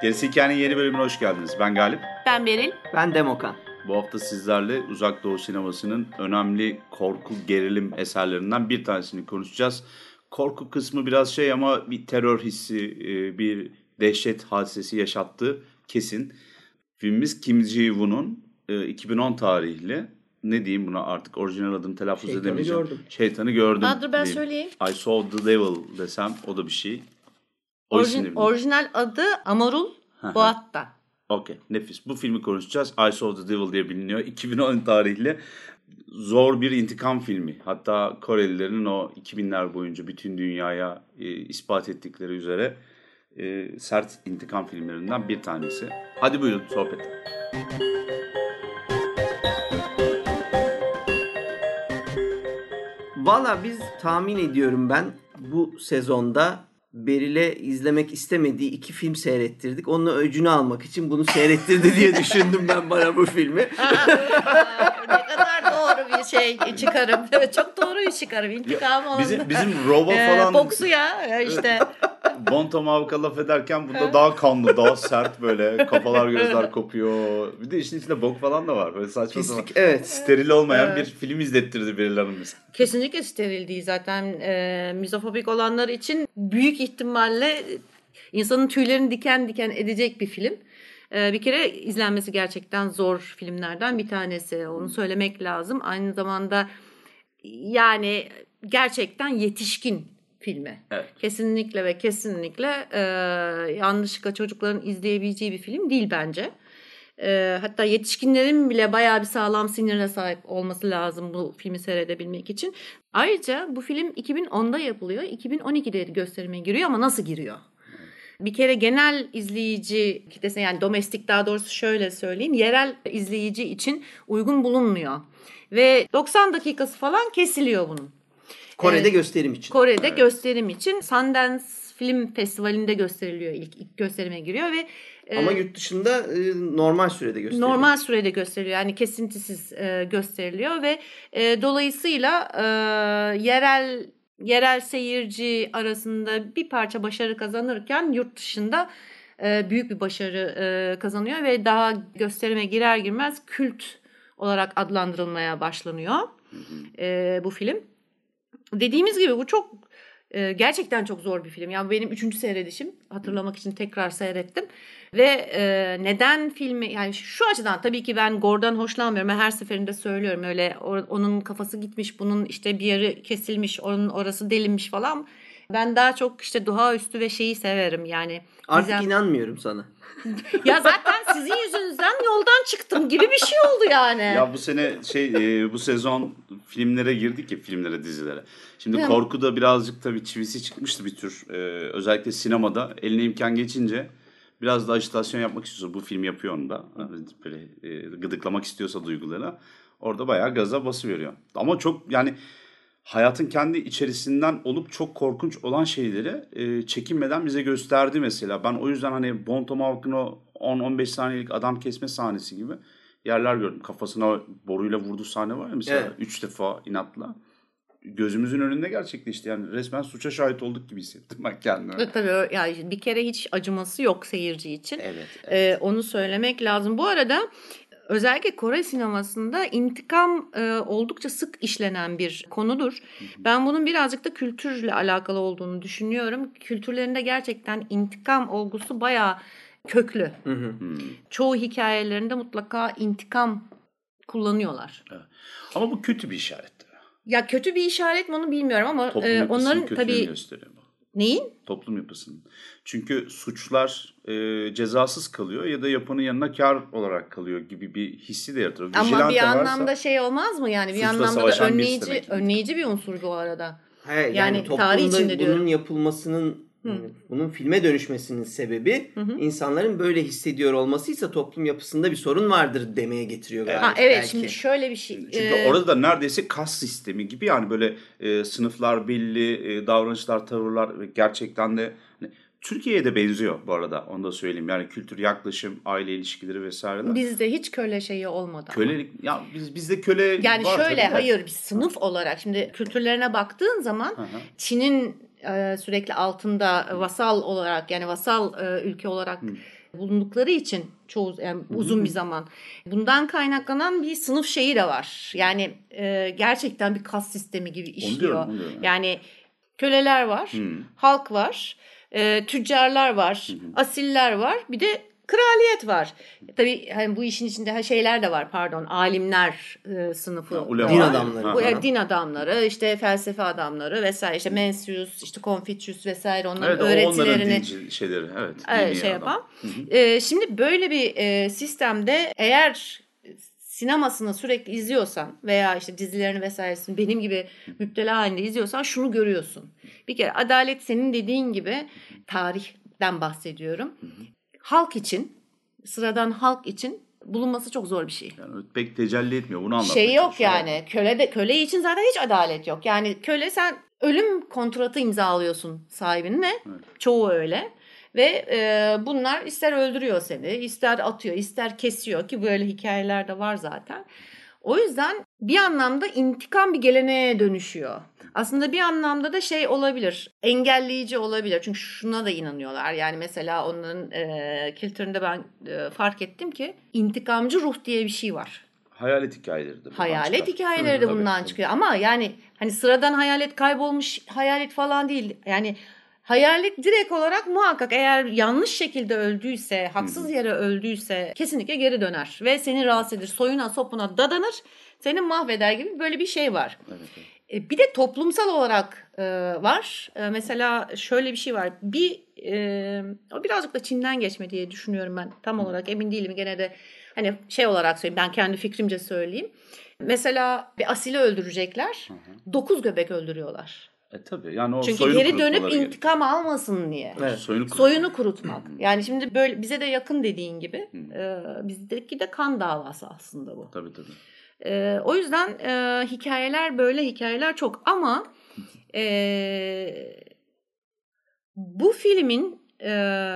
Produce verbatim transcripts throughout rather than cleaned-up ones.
Gerisi Hikayenin yeni bölümüne hoş geldiniz. Ben Galip. Ben Beril. Ben Demokan. Bu hafta sizlerle Uzak Doğu sinemasının önemli korku gerilim eserlerinden bir tanesini konuşacağız. Korku kısmı biraz şey ama bir terör hissi, bir dehşet hadisesi yaşattığı kesin. Filmimiz Kim Ji-woon'un iki bin on tarihli, ne diyeyim buna artık orijinal adını telaffuz Şeytanı edemeyeceğim. Gördüm. Şeytanı Gördüm. Aa, dur ben diyeyim. söyleyeyim. I Saw the Devil desem o da bir şey. O Orijin, orijinal adı Amarul Boatta. Okey, nefis. Bu filmi konuşacağız. I Saw the Devil diye biliniyor. iki bin on tarihli zor bir intikam filmi. Hatta Korelilerin o iki binler boyunca bütün dünyaya e, ispat ettikleri üzere e, sert intikam filmlerinden bir tanesi. Hadi buyurun sohbete. Valla biz tahmin ediyorum ben bu sezonda Beril'e izlemek istemediği iki film seyrettirdik. Onun öcünü almak için bunu seyrettirdi diye düşündüm ben bana bu filmi. Ne kadar doğru bir şey çıkarım. Çok doğru bir çıkarım. İntikam olan. Bizim, bizim Robo e, falan... Boksu ya işte. Bon Tomahawk'a laf ederken bunda daha kanlı, daha sert böyle kafalar gözler kopuyor. Bir de işin içinde bok falan da var. Böyle saçma sapan. Evet. Steril olmayan evet. bir film izlettirdi birilerinin mesela. Kesinlikle steril değil zaten. E, mizofobik olanlar için büyük ihtimalle insanın tüylerini diken diken edecek bir film. E, bir kere izlenmesi gerçekten zor filmlerden bir tanesi. Onu söylemek lazım. Aynı zamanda yani gerçekten yetişkin filmi. Evet. Kesinlikle ve kesinlikle e, yanlışlıkla çocukların izleyebileceği bir film değil bence. E, hatta yetişkinlerin bile bayağı bir sağlam sinirine sahip olması lazım bu filmi seyredebilmek için. Ayrıca bu film iki bin onda yapılıyor. iki bin on ikide gösterime giriyor ama nasıl giriyor? Bir kere genel izleyici kitlesine, yani domestik, daha doğrusu şöyle söyleyeyim, yerel izleyici için uygun bulunmuyor. Ve doksan dakikası falan kesiliyor bunun. Kore'de ee, gösterim için. Kore'de evet. gösterim için Sundance Film Festivali'nde gösteriliyor. İlk, ilk gösterime giriyor ve ama e, yurt dışında e, normal sürede gösteriliyor. Normal sürede gösteriliyor. Yani kesintisiz e, gösteriliyor ve e, dolayısıyla e, yerel yerel seyirci arasında bir parça başarı kazanırken yurt dışında e, büyük bir başarı e, kazanıyor ve daha gösterime girer girmez kült olarak adlandırılmaya başlanıyor e, bu film. Dediğimiz gibi bu çok e, gerçekten çok zor bir film. Yani benim üçüncü seyredişim, hatırlamak için tekrar seyrettim ve e, neden filmi, yani şu açıdan tabii ki ben Gore'dan hoşlanmıyorum. Ben her seferinde söylüyorum, öyle onun kafası gitmiş, bunun işte bir yarı kesilmiş, onun orası delinmiş falan. Ben daha çok işte doğaüstü ve şeyi severim yani. Artık Gizem... inanmıyorum sana. Ya zaten sizin yüzünüzden yoldan çıktım gibi bir şey oldu yani. Ya bu sene şey e, bu sezon filmlere girdik ya, filmlere, dizilere. Şimdi Hı. korkuda birazcık tabii çivisi çıkmıştı bir tür. Ee, özellikle sinemada eline imkan geçince biraz da ajitasyon yapmak istiyorsa, bu film yapıyor onu da. Böyle e, gıdıklamak istiyorsa duygulara, orada bayağı gaza basıveriyor. Ama çok yani hayatın kendi içerisinden olup çok korkunç olan şeyleri e, çekinmeden bize gösterdi mesela. Ben o yüzden hani Bon Tomahawk'ın o on on beş saniyelik adam kesme sahnesi gibi yerler gördüm. Kafasına boruyla vurduğu sahne var ya mesela, evet. Üç defa inatla. Gözümüzün önünde gerçekleşti. Yani resmen suça şahit olduk gibi hissettim ben kendimi. Tabii yani bir kere hiç acıması yok seyirci için. Evet, evet. Ee, onu söylemek lazım. Bu arada özellikle Kore sinemasında intikam e, oldukça sık işlenen bir konudur. Hı hı. Ben bunun birazcık da kültürle alakalı olduğunu düşünüyorum. Kültürlerinde gerçekten intikam olgusu bayağı köklü. Hı hı. Çoğu hikayelerinde mutlaka intikam kullanıyorlar. Evet. Ama bu kötü bir işaret. Ya kötü bir işaret mi onu bilmiyorum ama e, onların tabii gösteriyor bu. Neyin? Toplum yapısının. Çünkü suçlar e, cezasız kalıyor ya da yapanın yanına kar olarak kalıyor gibi bir hissi de yaratıyor. Ama bir anlamda şey olmaz mı yani, bir anlamda da önleyici bir önleyici bir unsur bu arada. Hayır, yani, yani tarih içinde diyorum. Bunun yapılmasının Hı. bunun filme dönüşmesinin sebebi hı hı. insanların böyle hissediyor olmasıysa toplum yapısında bir sorun vardır demeye getiriyor galiba. Ha, evet belki. Şimdi şöyle bir şey. Çünkü ee... orada da neredeyse kas sistemi gibi, yani böyle e, sınıflar belli, e, davranışlar, tavırlar gerçekten de hani, Türkiye'ye de benziyor bu arada, onu da söyleyeyim. Yani kültür, yaklaşım, aile ilişkileri vesaire. Bizde hiç köle şeyi olmadı. Kölelik ama. ya biz bizde köle yani var şöyle tabii. Hayır, bir sınıf olarak şimdi kültürlerine baktığın zaman hı hı. Çin'in sürekli altında vasal olarak, yani vasal ülke olarak bulundukları için çoğu yani uzun bir zaman bundan kaynaklanan bir sınıf şeyi de var. Yani e, gerçekten bir kas sistemi gibi işliyor. Onu diyorum, onu diyorum. Yani köleler var, Hı. halk var, e, tüccarlar var, Hı hı. asiller var, bir de kraliyet var. Tabii hani bu işin içinde şeyler de var, pardon, alimler e, sınıfı. Ha, da ulema. Din var. adamları. Bu Aha. e, din adamları, işte felsefe adamları vesaire, işte Mencius, işte Confucius vesaire, onların Evet, o onların öğretilerini dinci şeyleri. Evet. e, dini şey adam. yapan. Hı hı. E, şimdi böyle bir e, sistemde eğer sinemasını sürekli izliyorsan veya işte dizilerini vesairesini benim gibi müptela halinde izliyorsan şunu görüyorsun. Bir kere adalet, senin dediğin gibi, tarihten bahsediyorum. Halk için, sıradan halk için bulunması çok zor bir şey. Yani pek tecelli etmiyor. Bunu anlatmaya Şey yok çalışıyor. yani, köle de, köle için zaten hiç adalet yok. Yani köle, sen ölüm kontratı imzalıyorsun sahibinle. Evet. Çoğu öyle. Ve e, bunlar ister öldürüyor seni, ister atıyor, ister kesiyor, ki böyle hikayeler de var zaten. O yüzden bir anlamda intikam bir geleneğe dönüşüyor. Aslında bir anlamda da şey olabilir, engelleyici olabilir. Çünkü şuna da inanıyorlar. Yani mesela onların e, kültüründe ben e, fark ettim ki intikamcı ruh diye bir şey var. Hayalet hikayeleri de bundan Hayalet çıkar. hikayeleri de Tabii, bundan tabii. çıkıyor. Ama yani hani sıradan hayalet, kaybolmuş hayalet falan değil. Yani hayalet direkt olarak muhakkak eğer yanlış şekilde öldüyse, haksız yere öldüyse kesinlikle geri döner. Ve seni rahatsız eder. Soyuna sopuna dadanır, seni mahveder gibi böyle bir şey var. Evet, evet. E, Bir de toplumsal olarak e, var. E, mesela şöyle bir şey var. Bir e, o birazcık da Çin'den geçme diye düşünüyorum ben. Tam olarak emin değilim. Gene de hani şey olarak söyleyeyim. Ben kendi fikrimce söyleyeyim. Mesela bir asili öldürecekler. Dokuz göbek öldürüyorlar. E tabii. Yani o Çünkü soyunu geri dönüp kurutmaları intikam almasın diye. Evet. Soyunu, kurut- Soyunu kurutmak. Yani şimdi böyle bize de yakın dediğin gibi. E, bizdeki de kan davası aslında bu. Tabii tabii. Ee, o yüzden e, hikayeler, böyle hikayeler çok, ama e, bu filmin e,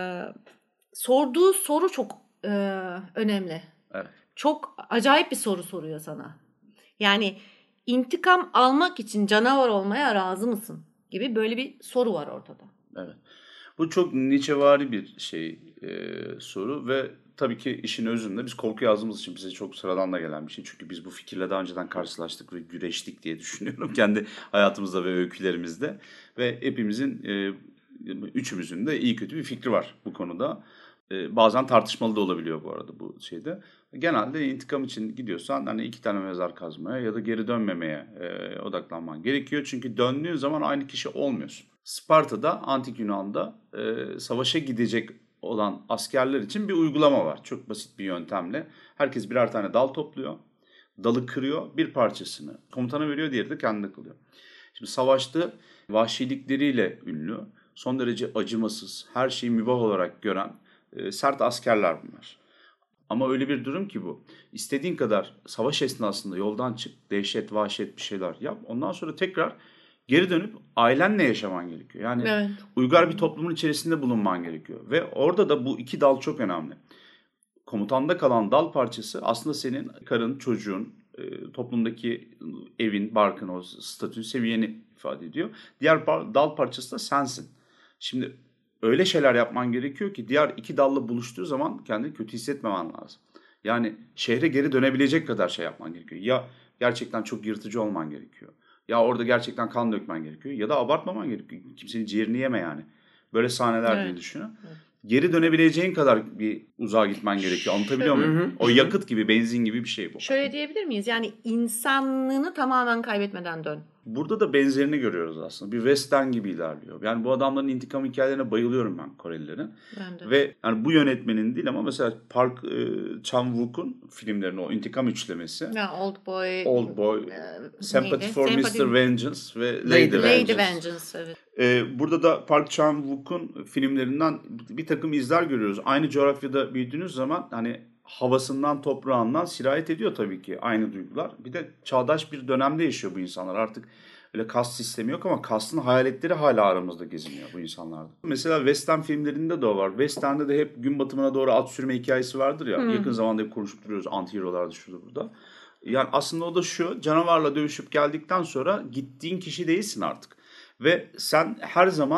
sorduğu soru çok e, önemli. Evet. Çok acayip bir soru soruyor sana. Yani intikam almak için canavar olmaya razı mısın gibi böyle bir soru var ortada. Evet. Bu çok Nietzschevari bir şey e, soru ve tabii ki işin özünde biz korku yazdığımız için bize çok sıradan da gelen bir şey. Çünkü biz bu fikirle daha önceden karşılaştık ve güreştik diye düşünüyorum kendi hayatımızda ve öykülerimizde. Ve hepimizin, e, üçümüzün de iyi kötü bir fikri var bu konuda. E, bazen tartışmalı da olabiliyor bu arada bu şeyde. Genelde intikam için gidiyorsan hani iki tane mezar kazmaya ya da geri dönmemeye e, odaklanman gerekiyor. Çünkü döndüğün zaman aynı kişi olmuyorsun. Sparta'da, Antik Yunan'da e, savaşa gidecek olan askerler için bir uygulama var. Çok basit bir yöntemle. Herkes birer tane dal topluyor. Dalı kırıyor, bir parçasını komutana veriyor, diğeri de kendine kılıyor. Şimdi savaşta vahşilikleriyle ünlü, son derece acımasız, her şeyi mübah olarak gören e, sert askerler bunlar. Ama öyle bir durum ki bu. İstediğin kadar savaş esnasında yoldan çık, dehşet, vahşet bir şeyler yap. Ondan sonra tekrar geri dönüp ailenle yaşaman gerekiyor. Yani Evet. uygar bir toplumun içerisinde bulunman gerekiyor. Ve orada da bu iki dal çok önemli. Komutanda kalan dal parçası aslında senin karın, çocuğun, e, toplumdaki evin, barkın, o statü seviyeni ifade ediyor. Diğer par- dal parçası da sensin. Şimdi öyle şeyler yapman gerekiyor ki diğer iki dalla buluştuğu zaman kendini kötü hissetmemen lazım. Yani şehre geri dönebilecek kadar şey yapman gerekiyor. Ya gerçekten çok yırtıcı olman gerekiyor. Ya orada gerçekten kan dökmen gerekiyor. Ya da abartmaman gerekiyor. Kimsenin ciğerini yeme yani. Böyle sahneler Evet. diye düşünün. Evet. Geri dönebileceğin kadar bir uzağa gitmen gerekiyor. Anlatabiliyor muyum? O yakıt gibi, benzin gibi bir şey bu. Şöyle diyebilir miyiz? Yani insanlığını tamamen kaybetmeden dön. Burada da benzerini görüyoruz aslında. Bir western gibi ilerliyor. Yani bu adamların intikam hikayelerine bayılıyorum ben, Korelilerin. Ben de. Ve yani bu yönetmenin değil ama mesela Park e, Chan-wook'un filmlerinin o intikam üçlemesi. Ya Old Boy, Old Boy, e, Sympathy neydi? for Sympathy- mister Vengeance ve Lady, Lady Vengeance. Lady Vengeance, evet. Ee, burada da Park Chan-wook'un filmlerinden bir takım izler görüyoruz. Aynı coğrafyada büyüdüğünüz zaman hani havasından, toprağından sirayet ediyor tabii ki aynı duygular. Bir de çağdaş bir dönemde yaşıyor bu insanlar. Artık öyle kast sistemi yok ama kastın hayaletleri hala aramızda geziniyor bu insanlarda. Mesela western filmlerinde de o var. Western'de de hep gün batımına doğru at sürme hikayesi vardır ya. Hmm. Yakın zamanda hep konuşup duruyoruz anti-hero'larda şurada burada. Yani aslında o da şu, canavarla dövüşüp geldikten sonra gittiğin kişi değilsin artık. Ve sen her zaman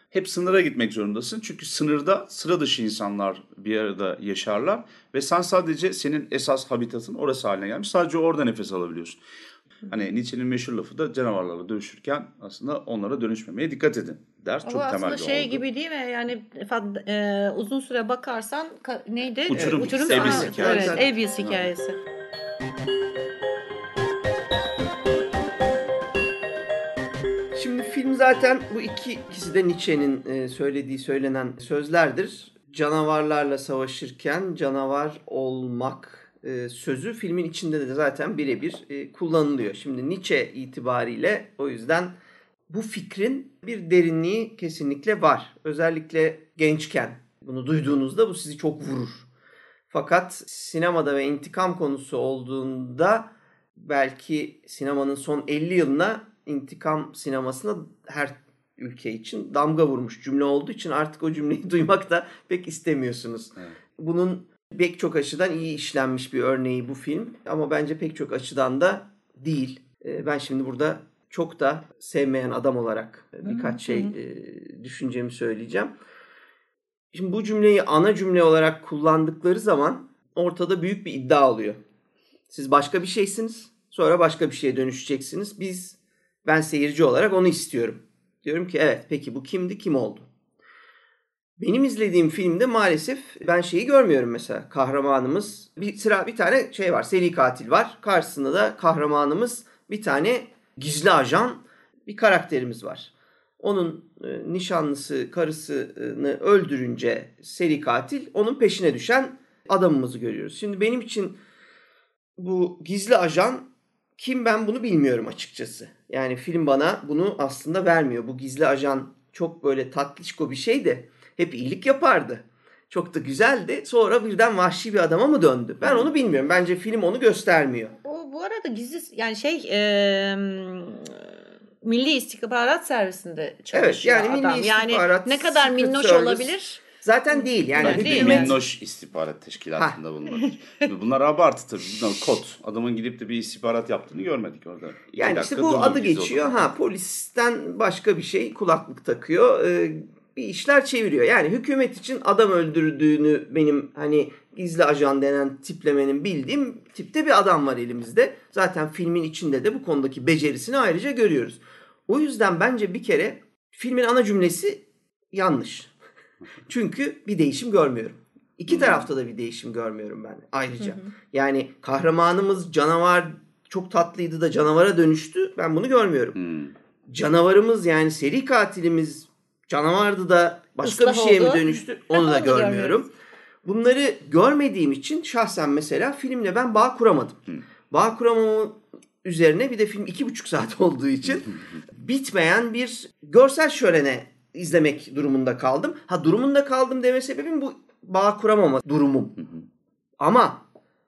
Hep sınıra gitmek zorundasın. Çünkü sınırda sıra dışı insanlar bir arada yaşarlar. Ve sen sadece senin esas habitatın orası haline gelmiş. Sadece orada nefes alabiliyorsun. Hani Nietzsche'nin meşhur lafı da canavarlarla dövüşürken aslında onlara dönüşmemeye dikkat edin der. Bu Çok temel aslında bir şey olgu. gibi değil mi? Yani e, uzun süre bakarsan ka- neydi? Uçurum, Uçurum Abyss Aa, hikayesi. Evet, Abyss hikayesi. Şimdi film zaten bu iki, ikisi de Nietzsche'nin e, söylediği söylenen sözlerdir. Canavarlarla savaşırken canavar olmak e, sözü filmin içinde de zaten birebir e, kullanılıyor. Şimdi Nietzsche itibariyle o yüzden bu fikrin bir derinliği kesinlikle var. Özellikle gençken bunu duyduğunuzda bu sizi çok vurur. Fakat sinemada ve intikam konusu olduğunda belki sinemanın son elli yılına intikam sinemasına her ülke için damga vurmuş cümle olduğu için artık o cümleyi duymak da pek istemiyorsunuz. Evet. Bunun pek çok açıdan iyi işlenmiş bir örneği bu film ama bence pek çok açıdan da değil. Ben şimdi burada çok da sevmeyen adam olarak birkaç şey düşüncemi söyleyeceğim. Şimdi bu cümleyi ana cümle olarak kullandıkları zaman ortada büyük bir iddia oluyor. Siz başka bir şeysiniz, sonra başka bir şeye dönüşeceksiniz. Biz, ben seyirci olarak onu istiyorum. Diyorum ki evet, peki bu kimdi, kim oldu? Benim izlediğim filmde maalesef ben şeyi görmüyorum mesela. Kahramanımız, bir sıra bir tane şey var, seri katil var. Karşısında da kahramanımız bir tane gizli ajan bir karakterimiz var. Onun e, nişanlısı, karısını öldürünce seri katil, onun peşine düşen adamımızı görüyoruz. Şimdi benim için bu gizli ajan kim, ben bunu bilmiyorum açıkçası. Yani film bana bunu aslında vermiyor. Bu gizli ajan çok böyle tatlışko bir şeydi. Hep iyilik yapardı. Çok da güzeldi. Sonra birden vahşi bir adama mı döndü? Ben onu bilmiyorum. Bence film onu göstermiyor. O bu arada gizli yani şey e, Milli İstihbarat Servisinde çalışıyor evet, yani adam. Milli Yani İstihbarat, ne kadar Secret minnoş Service olabilir? Zaten değil. Yani Yani Belki değil de mi? minnoş istihbarat teşkilatında bulunmadır. Bunlar abartı tabii. Bunlar kod. Adamın gidip de bir istihbarat yaptığını görmedik orada. İki Yani dakika işte bu durdu adı gizli geçiyor. odada. Ha, polisten başka bir şey, kulaklık takıyor. Ee, bir işler çeviriyor. Yani hükümet için adam öldürdüğünü benim hani gizli ajan denen tiplemenin bildiğim tipte bir adam var elimizde. Zaten filmin içinde de bu konudaki becerisini ayrıca görüyoruz. O yüzden bence bir kere filmin ana cümlesi yanlış. Çünkü bir değişim görmüyorum. İki tarafta da bir değişim görmüyorum ben ayrıca. Hı hı. Yani kahramanımız canavar çok tatlıydı da canavara dönüştü. Ben bunu görmüyorum. Hmm. Canavarımız yani seri katilimiz canavardı da başka Islah bir şeye oldu. mi dönüştü? Onu da görmüyorum. Bunları görmediğim için şahsen mesela filmle ben bağ kuramadım. Hmm. Bağ kuramamın üzerine bir de film iki buçuk saat olduğu için bitmeyen bir görsel şölene izlemek durumunda kaldım. Ha, durumunda kaldım deme sebebim bu bağ kuramama durumum. Hı hı. Ama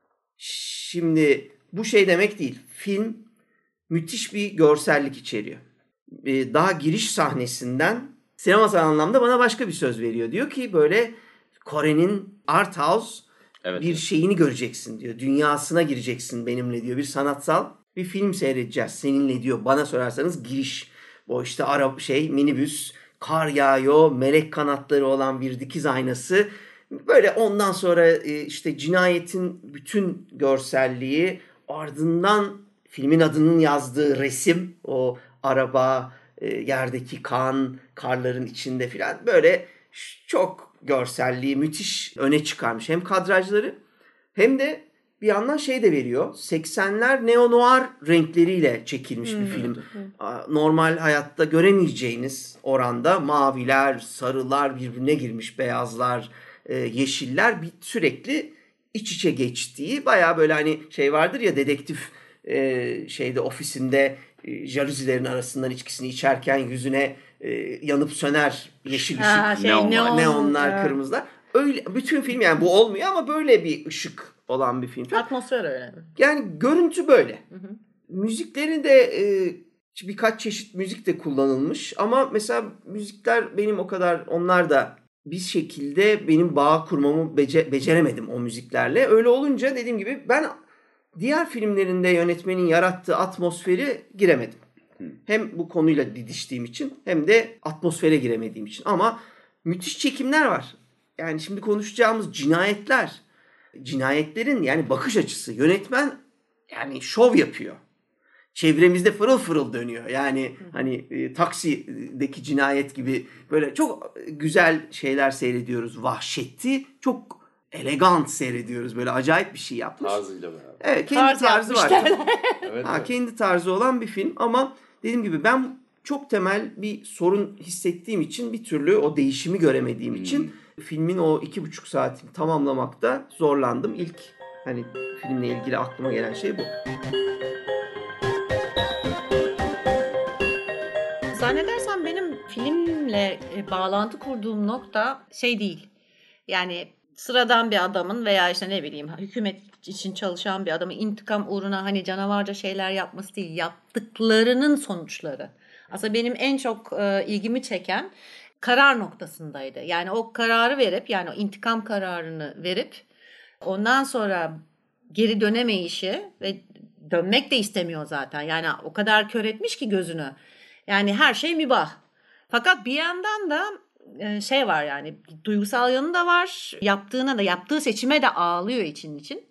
şimdi bu şey demek değil. Film müthiş bir görsellik içeriyor. Ee, daha giriş sahnesinden sinemasal anlamda bana başka bir söz veriyor. Diyor ki böyle Kore'nin art house evet, bir evet. şeyini göreceksin diyor. Dünyasına gireceksin benimle diyor. Bir sanatsal bir film seyredeceğiz seninle diyor. Bana sorarsanız giriş. O işte Arap şey minibüs, kar yağıyor, melek kanatları olan bir dikiz aynası. Böyle ondan sonra işte cinayetin bütün görselliği, ardından filmin adının yazdığı resim, o araba, yerdeki kan, karların içinde filan böyle çok görselliği müthiş öne çıkarmış. Hem kadrajları hem de bir yandan şey de veriyor. seksenler neo-noir renkleriyle çekilmiş hmm. bir film. Hmm. Normal hayatta göremeyeceğiniz oranda maviler, sarılar birbirine girmiş, beyazlar, yeşiller bir sürekli iç içe geçtiği bayağı böyle hani şey vardır ya dedektif şeyde ofisinde jalüzilerin arasından içkisini içerken yüzüne yanıp söner yeşil ışık, ha, şey, neonlar, neon, neonlar evet. kırmızılar. Öyle bütün film yani bu olmuyor ama böyle bir ışık olan bir film. Atmosfer öyle. Yani görüntü böyle. Hı hı. Müzikleri de e, birkaç çeşit müzik de kullanılmış ama mesela müzikler benim o kadar onlar da bir şekilde benim bağ kurmamı bece, beceremedim o müziklerle. Öyle olunca dediğim gibi ben diğer filmlerinde yönetmenin yarattığı atmosferi giremedim. Hem bu konuyla didiştiğim için hem de atmosfere giremediğim için. Ama müthiş çekimler var. Yani şimdi konuşacağımız cinayetler, cinayetlerin yani bakış açısı, yönetmen yani şov yapıyor. Çevremizde fırıl fırıl dönüyor. Yani hani e, Taksi'deki cinayet gibi böyle çok güzel şeyler seyrediyoruz. Vahşetli, çok elegant seyrediyoruz. Böyle acayip bir şey yapmış. Tarzıyla beraber. Evet, kendi Tarz tarzı var. yapmış Evet, Ha, evet. kendi tarzı olan bir film ama dediğim gibi ben çok temel bir sorun hissettiğim için, bir türlü o değişimi göremediğim Hmm. için filmin o iki buçuk saatini tamamlamakta zorlandım. İlk hani filmle ilgili aklıma gelen şey bu. Zannedersem benim filmle e, bağlantı kurduğum nokta şey değil. Yani sıradan bir adamın veya işte ne bileyim hükümet için çalışan bir adamın intikam uğruna hani canavarca şeyler yapması değil, yaptıklarının sonuçları. Aslında benim en çok e, ilgimi çeken karar noktasındaydı. Yani o kararı verip, yani o intikam kararını verip ondan sonra geri dönemeyişi ve dönmek de istemiyor zaten. Yani o kadar kör etmiş ki gözünü. Yani her şey mübah. Fakat bir yandan da e, şey var, yani duygusal yanı da var. Yaptığına da, yaptığı seçime de ağlıyor için için.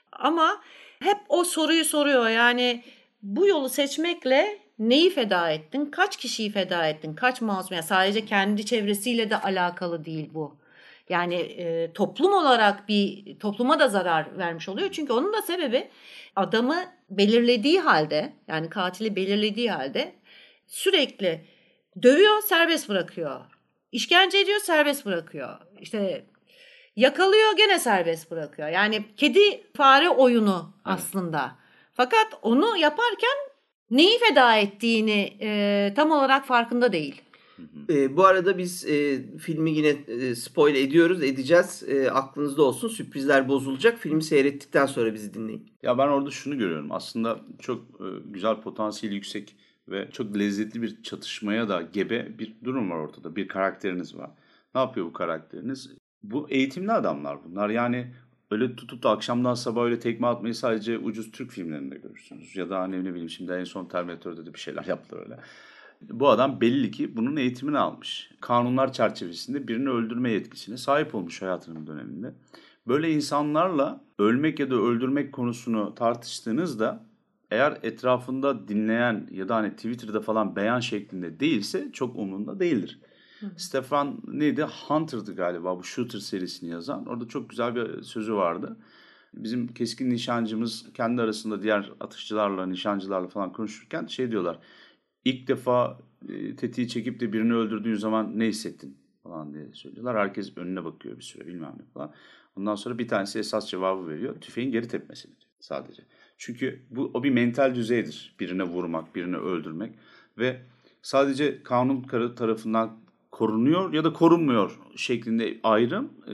Ama hep o soruyu soruyor. Yani bu yolu seçmekle neyi feda ettin? Kaç kişiyi feda ettin? Kaç masum? Yani sadece kendi çevresiyle de alakalı değil bu. Yani e, toplum olarak bir topluma da zarar vermiş oluyor. Çünkü onun da sebebi adamı belirlediği halde, yani katili belirlediği halde sürekli dövüyor, serbest bırakıyor. İşkence ediyor, serbest bırakıyor. İşte yakalıyor, gene serbest bırakıyor. Yani kedi fare oyunu aslında. Fakat onu yaparken neyi feda ettiğini e, tam olarak farkında değil. E, bu arada biz e, filmi yine e, spoil ediyoruz, edeceğiz. E, aklınızda olsun, sürprizler bozulacak. Filmi seyrettikten sonra bizi dinleyin. Ya ben orada şunu görüyorum. Aslında çok e, güzel, potansiyeli yüksek ve çok lezzetli bir çatışmaya da gebe bir durum var ortada. Bir karakteriniz var. Ne yapıyor bu karakteriniz? Bu eğitimli adamlar bunlar. Yani öyle tutup da akşamdan sabah öyle tekme atmayı sadece ucuz Türk filmlerinde görürsünüz. Ya da hani ne bileyim, şimdi en son Terminator'da da bir şeyler yaptı öyle. Bu adam belli ki bunun eğitimini almış. Kanunlar çerçevesinde birini öldürme yetkisine sahip olmuş hayatının döneminde. Böyle insanlarla ölmek ya da öldürmek konusunu tartıştığınızda, eğer etrafında dinleyen ya da hani Twitter'da falan beyan şeklinde değilse çok umurunda değildir. Hı. Stefan neydi? Hunter'dı galiba, bu Shooter serisini yazan. Orada çok güzel bir sözü vardı. Bizim keskin nişancımız kendi arasında diğer atışçılarla, nişancılarla falan konuşurken şey diyorlar. İlk defa e, tetiği çekip de birini öldürdüğün zaman ne hissettin falan diye söylüyorlar. Herkes önüne bakıyor bir süre, bilmem ne falan. Ondan sonra bir tanesi esas cevabı veriyor. Tüfeğin geri tepmesini diyor sadece. Çünkü bu o bir mental düzeydir. Birine vurmak, birini öldürmek ve sadece kanun tarafından korunuyor ya da korunmuyor şeklinde ayrım. E,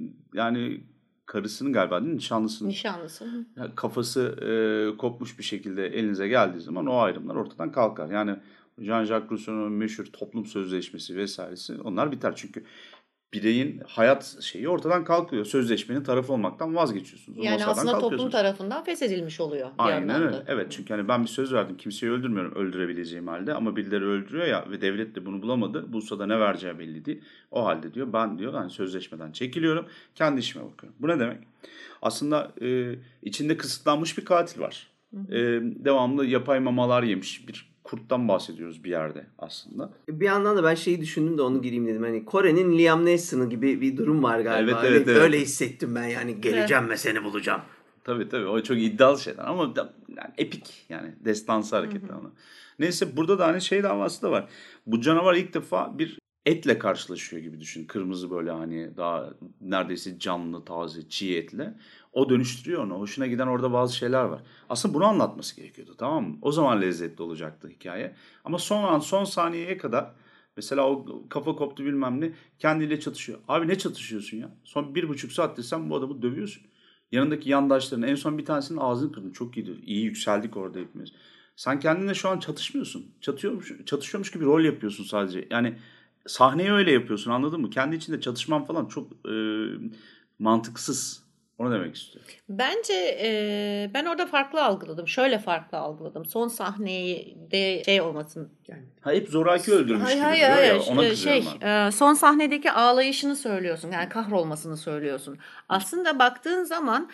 yani karısının galiba değil mi? Nişanlısının. Nişanlısı. Yani kafası e, kopmuş bir şekilde elinize geldiği zaman o ayrımlar ortadan kalkar. Yani Jean-Jacques Rousseau'nun meşhur toplum sözleşmesi vesairesi, onlar biter. Çünkü bireyin hayat şeyi ortadan kalkıyor. Sözleşmenin tarafı olmaktan vazgeçiyorsunuz. O Yani masadan aslında toplum kalkıyorsunuz. tarafından feshedilmiş oluyor bir Aynen anlamda. öyle. Evet, çünkü hani ben bir söz verdim. Kimseyi öldürmüyorum öldürebileceğim halde, ama birileri öldürüyor ya ve devlet de bunu bulamadı. Bulsa da ne vereceği belli değil. O halde diyor ben diyor hani sözleşmeden çekiliyorum. Kendi işime bakıyorum. Bu ne demek? Aslında e, içinde kısıtlanmış bir katil var. E, devamlı yapay mamalar yemiş bir kurttan bahsediyoruz bir yerde aslında. Bir yandan da ben şeyi düşündüm de onu gireyim dedim. Hani Kore'nin Liam Neeson'ı gibi bir durum var galiba. Evet, öyle, evet, evet. öyle hissettim ben, yani geleceğim ve seni bulacağım. Tabii tabii, o çok iddialı şeyler ama da, yani epik, yani destansı hareketler ona. Neyse, burada da hani şey davası da var. Bu canavar ilk defa bir etle karşılaşıyor gibi düşün. Kırmızı, böyle hani daha neredeyse canlı, taze, çiğ etle. O dönüştürüyor onu. Hoşuna giden orada bazı şeyler var. Aslında bunu anlatması gerekiyordu, tamam mı? O zaman lezzetli olacaktı hikaye. Ama son an, son saniyeye kadar mesela o kafa koptu bilmem ne, kendiyle çatışıyor. Abi ne çatışıyorsun ya? Son bir buçuk saattir sen bu adamı dövüyorsun. Yanındaki yandaşların en son bir tanesinin ağzını kırdın. Çok iyiydi. İyi yükseldik orada hepimiz. Sen kendinle şu an çatışmıyorsun. Çatıyormuş, çatışıyormuş gibi rol yapıyorsun sadece. Yani sahneyi öyle yapıyorsun, anladın mı? Kendi içinde çatışman falan çok e, mantıksız. Onu demek istiyorum. Bence e, ben orada farklı algıladım. Şöyle farklı algıladım. Son sahneyi de şey olmasın. Yani. Ha, hep zoraki öldürmüş Hayır gibi hayır diyor hayır. ya, ona Şey, kızıyorum ben. e, son sahnedeki ağlayışını söylüyorsun. Yani kahrolmasını söylüyorsun. Aslında baktığın zaman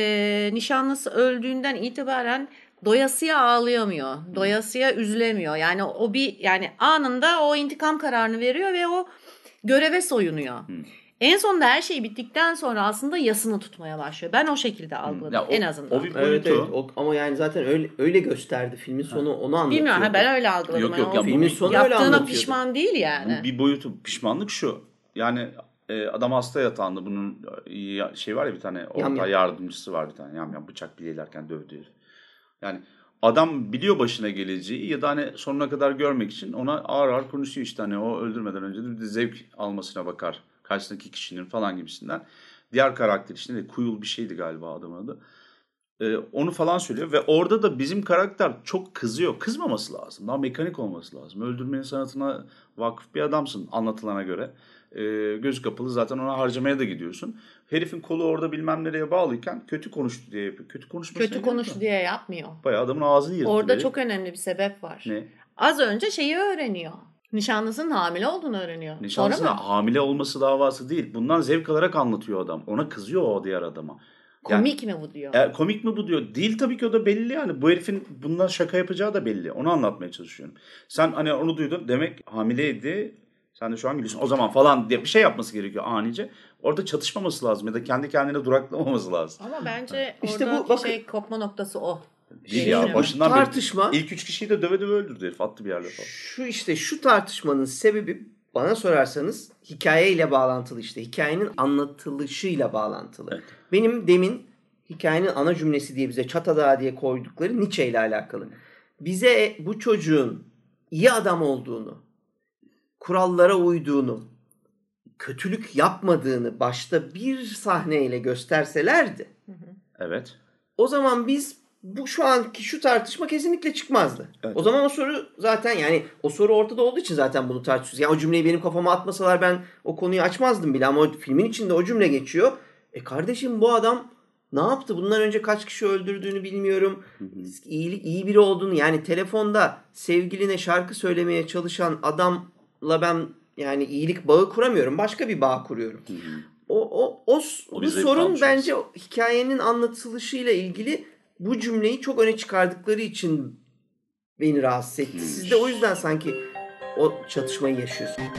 e, nişanlısı öldüğünden itibaren doyasıya ağlayamıyor. Doyasıya üzülemiyor. Yani o bir yani anında o intikam kararını veriyor ve o göreve soyunuyor. Hmm. En sonunda her şey bittikten sonra aslında yasını tutmaya başlıyor. Ben o şekilde algıladım Ya o, en azından. O bir Evet, boyutu. evet. O, ama yani zaten öyle öyle gösterdi filmin sonu, onu anlatıyor. Bilmiyorum ha, ben öyle algıladım. Yok, yok, Yani ya o bu filmin bir- sonu öyle yaptığına anlatıyordu. pişman değil yani. Bu bir boyutu, pişmanlık şu. Yani e, adam hasta yatağında, bunun e, şey var ya, bir tane orta Yam yam. yardımcısı var, bir tane yam yam bıçak bileğilerken dövdü herif. Yani adam biliyor başına geleceği ya da hani sonuna kadar görmek için ona ağır ağır konuşuyor işte, hani o öldürmeden önce de bir de zevk almasına bakar karşısındaki kişinin falan gibisinden. Diğer karakter işte de Kuyul bir şeydi galiba adamın adı. Ee, onu falan söylüyor ve orada da bizim karakter çok kızıyor. Kızmaması lazım. Daha mekanik olması lazım. Öldürmenin sanatına vakıf bir adamsın anlatılana göre. Ee, gözü kapalı zaten ona harcamaya da gidiyorsun. Herifin kolu orada bilmem nereye bağlıyken kötü konuştu diye yapıyor. Kötü konuşmasına Kötü gerek konuştu yok. diye yapmıyor. Bayağı adamın ağzını yırttı. Orada herif. çok önemli bir sebep var. Ne? Az önce şeyi öğreniyor. Nişanlısının hamile olduğunu öğreniyor. Nişanlısına Sonra mı? hamile olması davası değil. Bundan zevk alarak anlatıyor adam. Ona kızıyor o diğer adama. Yani, Komik mi bu diyor. E, komik mi bu diyor. Değil tabii ki, o da belli yani. Bu herifin bundan şaka yapacağı da belli. Onu anlatmaya çalışıyorum. Sen hani onu duydun, demek hamileydi. Sen de şu an gülüyorsun. O zaman falan diye bir şey yapması gerekiyor anice. Orada çatışmaması lazım ya da kendi kendine duraklamaması lazım. Ama bence İşte bu, oradaki bakın- şey kopma noktası o. Değil Şey ya, düşünüyorum. başından Tartışma- beri ilk üç kişiyi de döve döve öldürdü herif. Attı bir yerlere falan. Şu işte şu tartışmanın sebebi bana sorarsanız hikayeyle bağlantılı işte. Hikayenin anlatılışıyla bağlantılı. Evet. Benim demin hikayenin ana cümlesi diye bize Çatadağı diye koydukları Nietzsche ile alakalı. Bize bu çocuğun iyi adam olduğunu, kurallara uyduğunu, kötülük yapmadığını başta bir sahneyle gösterselerdi, Evet. o zaman biz bu şu anki şu tartışma kesinlikle çıkmazdı. Evet. O zaman o soru zaten, yani o soru ortada olduğu için zaten bunu tartışıyoruz. Yani o cümleyi benim kafama atmasalar ben o konuyu açmazdım bile, ama o filmin içinde o cümle geçiyor. E kardeşim, bu adam ne yaptı? Bundan önce kaç kişi öldürdüğünü bilmiyorum. İyi, iyi biri olduğunu, yani telefonda sevgiline şarkı söylemeye çalışan adamla ben yani iyilik bağı kuramıyorum. Başka bir bağ kuruyorum. O, o, o, O bu bize sorun kalmış bence o hikayenin anlatılışıyla ilgili, bu cümleyi çok öne çıkardıkları için beni rahatsız etti. Siz de o yüzden sanki o çatışmayı yaşıyorsunuz.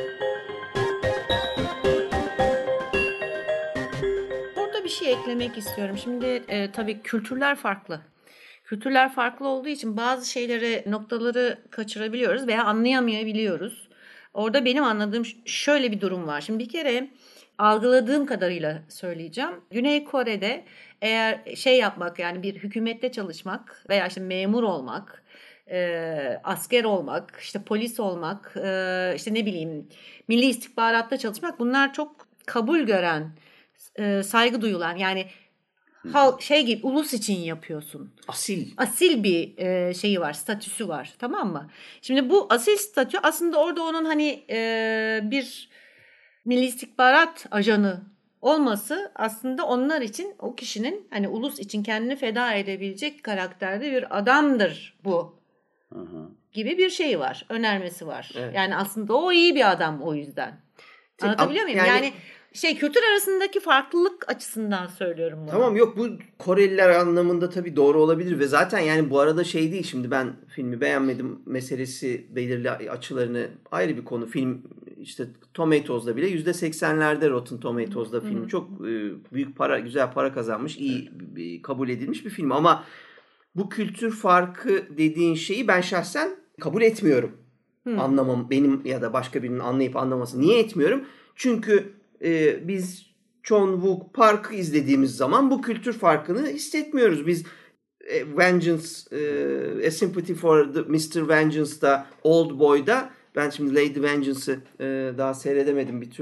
Burada bir şey eklemek istiyorum. Şimdi e, tabii kültürler farklı. Kültürler farklı olduğu için bazı şeyleri, noktaları kaçırabiliyoruz veya anlayamayabiliyoruz. Orada benim anladığım ş- şöyle bir durum var. Şimdi bir kere algıladığım kadarıyla söyleyeceğim. Güney Kore'de eğer şey yapmak, yani bir hükümette çalışmak veya işte memur olmak, e, asker olmak, işte polis olmak, e, işte ne bileyim milli istihbaratta çalışmak, bunlar çok kabul gören, e, saygı duyulan, yani hal, şey gibi ulus için yapıyorsun. Asil. Asil bir e, şeyi var, statüsü var, tamam mı? Şimdi bu asil statü aslında orada onun hani e, bir milli istihbarat ajanı olması aslında onlar için, o kişinin hani ulus için kendini feda edebilecek karakterde bir adamdır bu Hı hı. gibi bir şey var, önermesi var. Evet. Yani aslında o iyi bir adam o yüzden. Anlatabiliyor muyum? Yani- Yani şey, kültür arasındaki farklılık açısından söylüyorum bunu. Tamam, yok, bu Koreliler anlamında tabii doğru olabilir ve zaten yani bu arada şey değil, şimdi ben filmi beğenmedim meselesi belirli açılarını ayrı bir konu. Film işte Tomatoes'da bile yüzde seksenlerde Rotten Tomatoes'da film çok e, büyük para, güzel para kazanmış, iyi bir- kabul edilmiş bir film, ama bu kültür farkı dediğin şeyi ben şahsen kabul etmiyorum. Anlamam, benim ya da başka birinin anlayıp anlaması. Niye etmiyorum? Çünkü e, biz John Woo Park'ı izlediğimiz zaman bu kültür farkını hissetmiyoruz. Biz e, Vengeance, e, A Sympathy for the mister Vengeance'da, Old Boy'da, ben şimdi Lady Vengeance'ı e, daha seyredemedim bir türlü.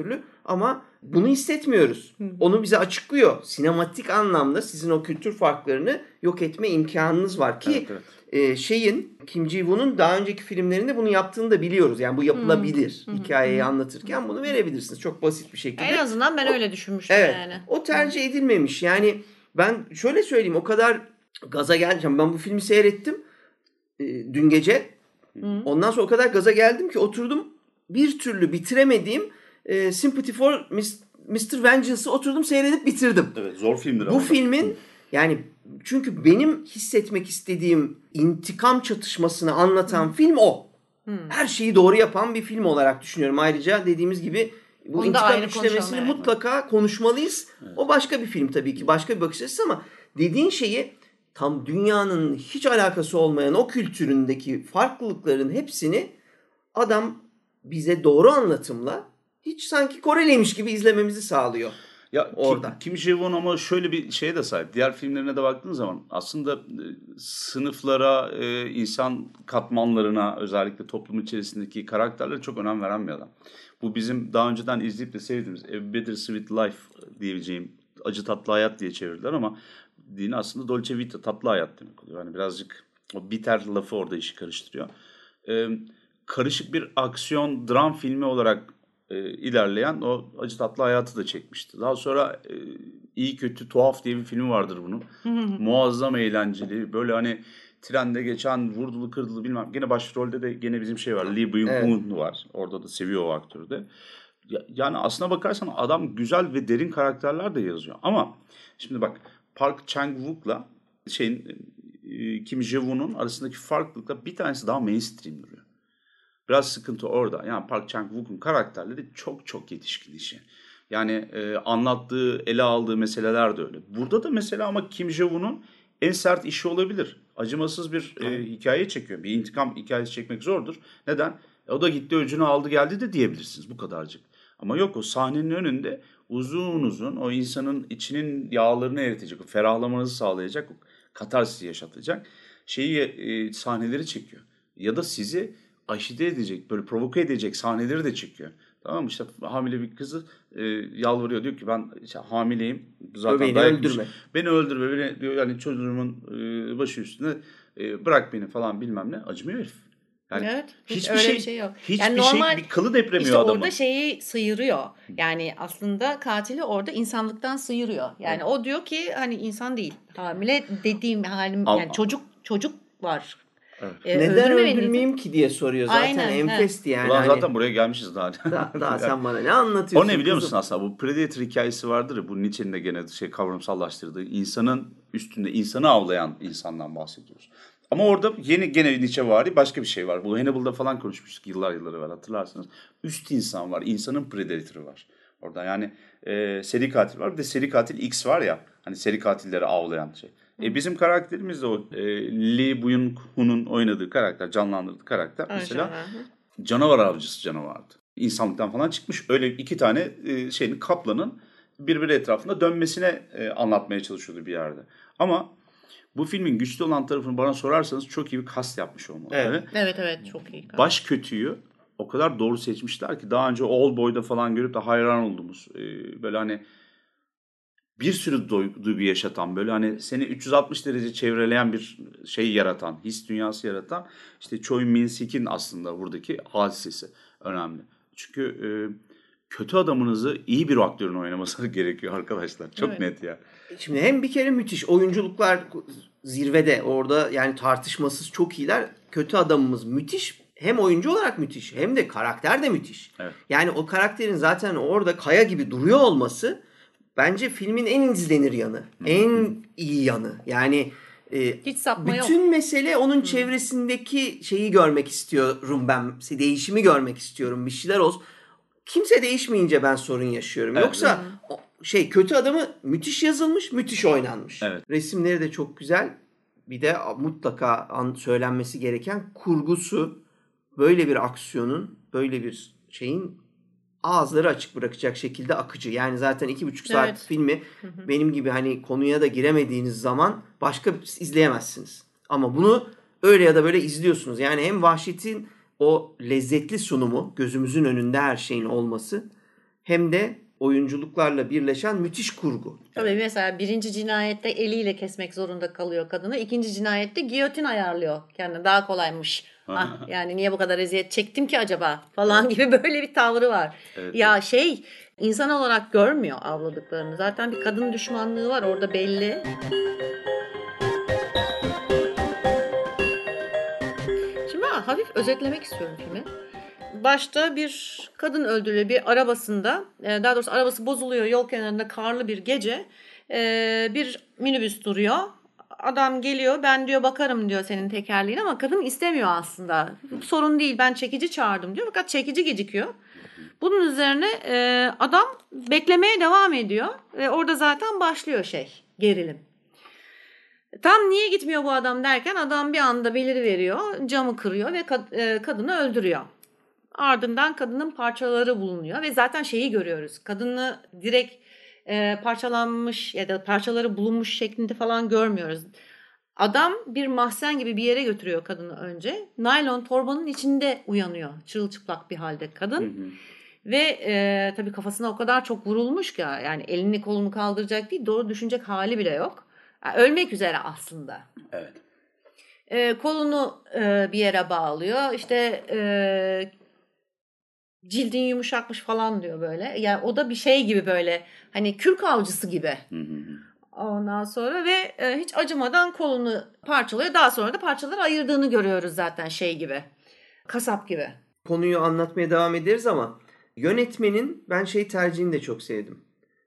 ama bunu hissetmiyoruz. Onu bize açıklıyor. Sinematik anlamda sizin o kültür farklarını yok etme imkanınız var ki Evet, evet. e, şeyin Kim Ji-woon'un daha önceki filmlerinde bunu yaptığını da biliyoruz. Yani bu yapılabilir. Hı hı. Hikayeyi Hı hı. anlatırken bunu verebilirsiniz. Çok basit bir şekilde. En azından ben O- öyle düşünmüştüm Evet. yani. O tercih edilmemiş. Yani ben şöyle söyleyeyim, o kadar gaza geleceğim. Ben bu filmi seyrettim e, dün gece. Hı. Ondan sonra o kadar gaza geldim ki oturdum, bir türlü bitiremediğim e, Sympathy for mister Vengeance'ı oturdum seyredip bitirdim. Evet, zor filmdir Bu ama. filmin yani çünkü benim hissetmek istediğim intikam çatışmasını anlatan film o. Hı. Her şeyi doğru yapan bir film olarak düşünüyorum. Ayrıca dediğimiz gibi bu Onu da intikam ayrı üçlemesini konuşalım, evet. mutlaka konuşmalıyız. Evet. O başka bir film tabii ki. Başka bir bakış açısı ama dediğin şeyi tam dünyanın hiç alakası olmayan o kültüründeki farklılıkların hepsini adam bize doğru anlatımla hiç sanki Koreliymiş gibi izlememizi sağlıyor. Ya Orada. Kim, Kim Ji-woon ama şöyle bir şeye de sahip. Diğer filmlerine de baktığın zaman aslında e, sınıflara, e, insan katmanlarına, özellikle toplum içerisindeki karakterlere çok önem veren bir adam. Bu bizim daha önceden izleyip de sevdiğimiz A Better Sweet Life diyebileceğim, acı tatlı hayat diye çevirdiler ama dini aslında Dolce Vita, tatlı hayat demek oluyor. Yani birazcık o bitter lafı orada işi karıştırıyor. E, karışık bir aksiyon dram filmi olarak e, ilerleyen o acı tatlı hayatı da çekmişti. Daha sonra e, iyi kötü tuhaf diye bir filmi vardır bunun. Muazzam eğlenceli. Böyle hani trende geçen vurdulu kırdılı bilmem. Gene başrolde de gene bizim şey var. Lee Byung-hun Evet. var. Orada da seviyor o aktörü de. Ya- Yani aslına bakarsan adam güzel ve derin karakterler de yazıyor. Ama şimdi bak, Park Chan-wook'la şeyin e, Kim Ji-woon'un arasındaki farklılıkla bir tanesi daha mainstream duruyor. Biraz sıkıntı orada. Yani Park Chan-wook'un karakterleri çok çok yetişkin işi. Yani e, anlattığı, ele aldığı meseleler de öyle. Burada da mesela ama Kim Ji-woon'un en sert işi olabilir. Acımasız bir e, hikaye çekiyor. Bir intikam hikayesi çekmek zordur. Neden? E, o da gitti öcünü aldı geldi de diyebilirsiniz bu kadarcık. Ama yok, o sahnenin önünde uzun uzun o insanın içinin yağlarını eritecek, o ferahlamanızı sağlayacak, o katarsisi yaşatacak şeyi e, sahneleri çekiyor. Ya da sizi aşide edecek, böyle provoke edecek sahneleri de çekiyor. Tamam mı? İşte hamile bir kızı e, yalvarıyor. Diyor ki ben işte hamileyim. Zaten Beni dayak yemiş. öldürme. Beni öldürme. Beni diyor yani çocuğumun e, başı üstüne e, bırak beni falan bilmem ne. Acımıyor herif. Yani Evet. Hiç hiçbir öyle şey, bir şey yok. hiçbir Yani normal, şey bir kılı depremiyor İşte adamı. orada şeyi sıyırıyor. Yani aslında katili orada insanlıktan sıyırıyor. Yani o diyor ki hani insan değil. Hamile dediğim halim Al- yani çocuk çocuk var. Evet. Ee, Neden öldürme beni. öldürmeyeyim ki diye soruyor. Zaten Aynen, he. enfesti yani. Ulan Hani zaten buraya gelmişiz daha. daha, daha Yani sen bana ne anlatıyorsun o ne biliyor kızım? musun aslında? Bu Predator hikayesi vardır ya. Bu Nietzsche'nin de gene şey kavramsallaştırdığı. İnsanın üstünde insanı avlayan insandan bahsediyoruz. Ama orada yeni gene Nietzschevari başka bir şey var. Bu Hannibal'da falan konuşmuştuk yıllar yıllar evvel, hatırlarsınız. Üst insan var. İnsanın Predator'ı var. Orada yani e, seri katil var. Bir de seri katil X var ya. Hani seri katilleri avlayan şey. E, bizim karakterimiz de o. E, Lee Byung-hun'un oynadığı karakter, canlandırdığı karakter. Mesela canavar avcısı canavardı. İnsanlıktan falan çıkmış. Öyle iki tane e, şeyin kaplanın birbiri etrafında dönmesine e, anlatmaya çalışıyordu bir yerde. Ama bu filmin güçlü olan tarafını bana sorarsanız çok iyi bir kast yapmış olmalı. Evet. Evet evet çok iyi. Baş kötüyü o kadar doğru seçmişler ki daha önce Old Boy'da falan görüp de hayran olduğumuz e, böyle hani bir sürü doy- duygu yaşatan, böyle hani seni üç yüz altmış derece çevreleyen bir şey yaratan, his dünyası yaratan işte Choi Min-sik'in aslında buradaki hadisesi önemli. Çünkü e, kötü adamınızı iyi bir aktörün oynaması gerekiyor arkadaşlar. Çok Evet. net ya. Şimdi hem bir kere müthiş oyunculuklar zirvede, orada yani tartışmasız çok iyiler. Kötü adamımız müthiş. Hem oyuncu olarak müthiş hem de karakter de müthiş. Evet. Yani o karakterin zaten orada kaya gibi duruyor olması bence filmin en izlenir yanı. En iyi yanı. Yani e, Hiç sapma yok. bütün mesele onun çevresindeki şeyi görmek istiyorum ben. Değişimi görmek istiyorum. Bir şeyler olsun. Kimse değişmeyince ben sorun yaşıyorum. Evet. Yoksa o şey kötü adamı müthiş yazılmış, müthiş oynanmış. Evet. Resimleri de çok güzel. Bir de mutlaka an, söylenmesi gereken kurgusu, böyle bir aksiyonun, böyle bir şeyin ağızları açık bırakacak şekilde akıcı. Yani zaten iki buçuk saat Evet. filmi benim gibi hani konuya da giremediğiniz zaman başka izleyemezsiniz. Ama bunu öyle ya da böyle izliyorsunuz. Yani hem vahşetin o lezzetli sunumu, gözümüzün önünde her şeyin olması, hem de oyunculuklarla birleşen müthiş kurgu. Tabii mesela birinci cinayette eliyle kesmek zorunda kalıyor kadını. İkinci cinayette giyotin ayarlıyor kendine. Daha kolaymış. Ah, yani niye bu kadar eziyet çektim ki acaba falan gibi böyle bir tavrı var. Evet, ya evet. şey insan olarak görmüyor avladıklarını. Zaten bir kadın düşmanlığı var orada belli. Şimdi ben hafif özetlemek istiyorum filmi. Başta bir kadın öldürülüyor bir arabasında. Daha doğrusu arabası bozuluyor yol kenarında karlı bir gece. Bir minibüs duruyor. Adam geliyor ben diyor bakarım diyor senin tekerleğine ama kadın istemiyor aslında. Sorun değil ben çekici çağırdım diyor fakat çekici gecikiyor. Bunun üzerine adam beklemeye devam ediyor. Ve orada zaten başlıyor şey gerilim. Tam niye gitmiyor bu adam derken adam bir anda beliriveriyor, camı kırıyor ve kad- kadını öldürüyor. Ardından kadının parçaları bulunuyor ve zaten şeyi görüyoruz. Kadını direkt e, parçalanmış ya da parçaları bulunmuş şeklinde falan görmüyoruz. Adam bir mahzen gibi bir yere götürüyor kadını önce. Naylon torbanın içinde uyanıyor. Çırılçıplak bir halde kadın. Hı hı. Ve e, tabii kafasına o kadar çok vurulmuş ki yani elini kolunu kaldıracak değil doğru düşünecek hali bile yok. Yani ölmek üzere aslında. Evet. E, kolunu e, bir yere bağlıyor. İşte e, cildin yumuşakmış falan diyor böyle. Yani o da bir şey gibi böyle hani kürk avcısı gibi. Hı hı. Ondan sonra ve e, hiç acımadan kolunu parçalıyor. Daha sonra da parçaları ayırdığını görüyoruz zaten şey gibi. Kasap gibi. Konuyu anlatmaya devam ederiz ama yönetmenin ben şey tercihini de çok sevdim.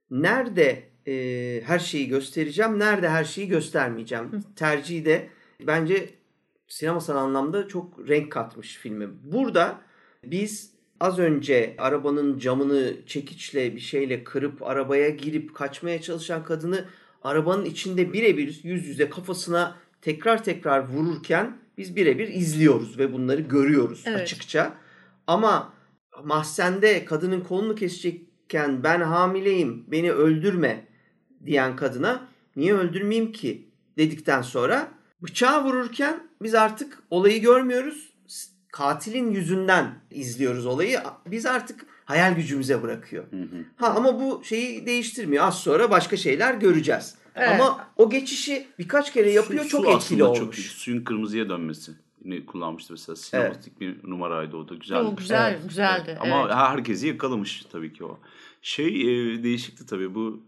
Nerede e, her şeyi göstereceğim, nerede her şeyi göstermeyeceğim. Hı. Tercihi de bence sinemasal anlamda çok renk katmış filme. Burada biz az önce arabanın camını çekiçle bir şeyle kırıp arabaya girip kaçmaya çalışan kadını arabanın içinde birebir yüz yüze kafasına tekrar tekrar vururken biz birebir izliyoruz ve bunları görüyoruz evet. açıkça. Ama mahzende kadının kolunu kesecekken ben hamileyim beni öldürme diyen kadına niye öldürmeyeyim ki dedikten sonra bıçağı vururken biz artık olayı görmüyoruz. Katilin yüzünden izliyoruz olayı. Biz artık hayal gücümüze bırakıyor. Hı hı. Ha ama bu şeyi değiştirmiyor. Az sonra başka şeyler göreceğiz. Evet. Ama o geçişi birkaç kere yapıyor. Su, çok su etkili olmuş. Çok iyi. Suyun kırmızıya dönmesi. Yine kullanmıştı mesela. Sinematik evet. bir numaraydı o da. Güzeldi. O güzel, evet. güzeldi. Evet. Ama evet. herkesi yakalamış tabii ki o. Şey e, değişikti tabii bu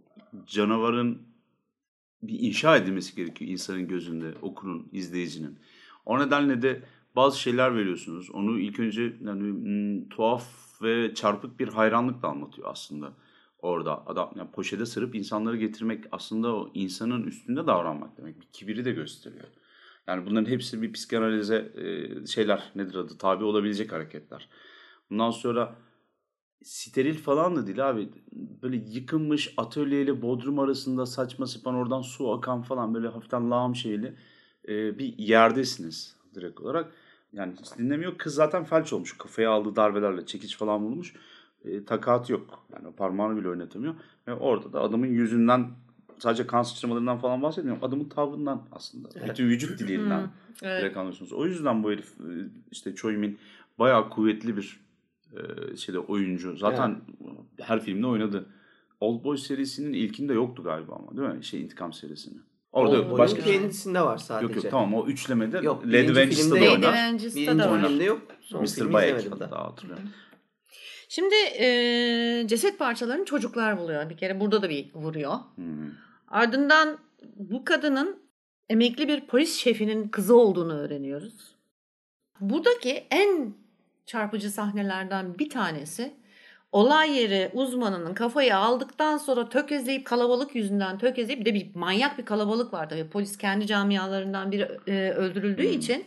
canavarın bir inşa edilmesi gerekiyor insanın gözünde, okurun, izleyicinin. O nedenle de bazı şeyler veriyorsunuz. Onu ilk önce yani m, tuhaf ve çarpık bir hayranlıkla anlatıyor aslında. Orada adam yani poşete sarıp insanları getirmek aslında o insanın üstünde davranmak demek. Bir kibiri de gösteriyor. Yani bunların hepsi bir psikanalize e, şeyler nedir adı tabi olabilecek hareketler. Bundan sonra steril falan da değil abi. Böyle yıkılmış atölyeyle bodrum arasında saçma sapan oradan su akan falan böyle hafiften lağım şeyli e, bir yerdesiniz direkt olarak. Yani hiç dinlemiyor. Kız zaten felç olmuş. Kafaya aldığı darbelerle çekiç falan bulmuş. E, takat yok. Yani parmağını bile oynatamıyor. Ve orada da adamın yüzünden sadece kan sıçramalarından falan bahsetmiyorum. Adamın tavrından aslında. Evet. Bütün vücut dilinden evet. direkt anlıyorsunuz. O yüzden bu herif işte Choi Min bayağı kuvvetli bir e, şeyde oyuncu. Zaten evet. her filmde oynadı. Oldboy serisinin ilkinde yoktu galiba ama değil mi? Şey İntikam serisinin. Orada yok. Başka kendisinde var sadece. Yok yok tamam o üçlemede yok, Lady Vengeance'da da oynar. Birinci filmde yok. mister Bayek hatta hatırlıyorum. Şimdi e, ceset parçalarını çocuklar buluyor. Bir kere burada da bir vuruyor. Hmm. Ardından bu kadının emekli bir polis şefinin kızı olduğunu öğreniyoruz. Buradaki en çarpıcı sahnelerden bir tanesi olay yeri uzmanının kafayı aldıktan sonra tökezleyip kalabalık yüzünden tökezleyip bir de bir manyak bir kalabalık var tabii. Polis kendi camialarından biri e, öldürüldüğü hmm. için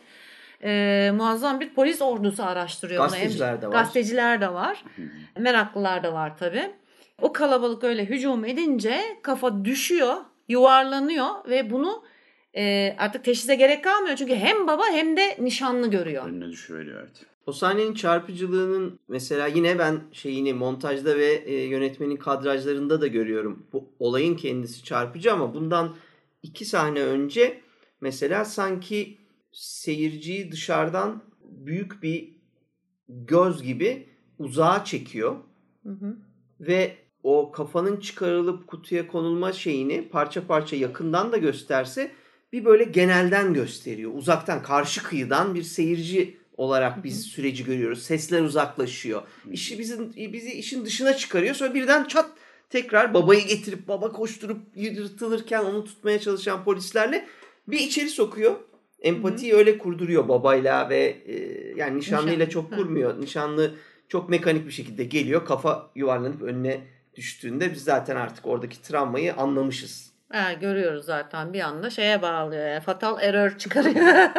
e, muazzam bir polis ordusu araştırıyor. Gazeteciler de var. Gazeteciler de var. Meraklılar da var tabii. O kalabalık öyle hücum edince kafa düşüyor, yuvarlanıyor ve bunu e, artık teşhise gerek kalmıyor. Çünkü hem baba hem de nişanlı görüyor. Önüne düşüveriyor evet. O sahnenin çarpıcılığının mesela yine ben şeyini montajda ve e, yönetmenin kadrajlarında da görüyorum. Bu olayın kendisi çarpıcı ama bundan iki sahne önce mesela sanki seyirciyi dışarıdan büyük bir göz gibi uzağa çekiyor. Hı hı. ve o kafanın çıkarılıp kutuya konulma şeyini parça parça yakından da gösterse bir böyle genelden gösteriyor. Uzaktan, karşı kıyıdan bir seyirci olarak biz süreci görüyoruz. Sesler uzaklaşıyor. İşi bizim bizi işin dışına çıkarıyor. Sonra birden çat tekrar babayı getirip baba koşturup yırtılırken onu tutmaya çalışan polislerle bir içeri sokuyor. Empatiyi Hı-hı. öyle kurduruyor babayla ve e, yani nişanlıyla Nişan. çok kurmuyor. Hı. Nişanlı çok mekanik bir şekilde geliyor. Kafa yuvarlanıp önüne düştüğünde biz zaten artık oradaki travmayı anlamışız. Ha, görüyoruz zaten bir anda şeye bağlıyor. Yani fatal error çıkarıyor.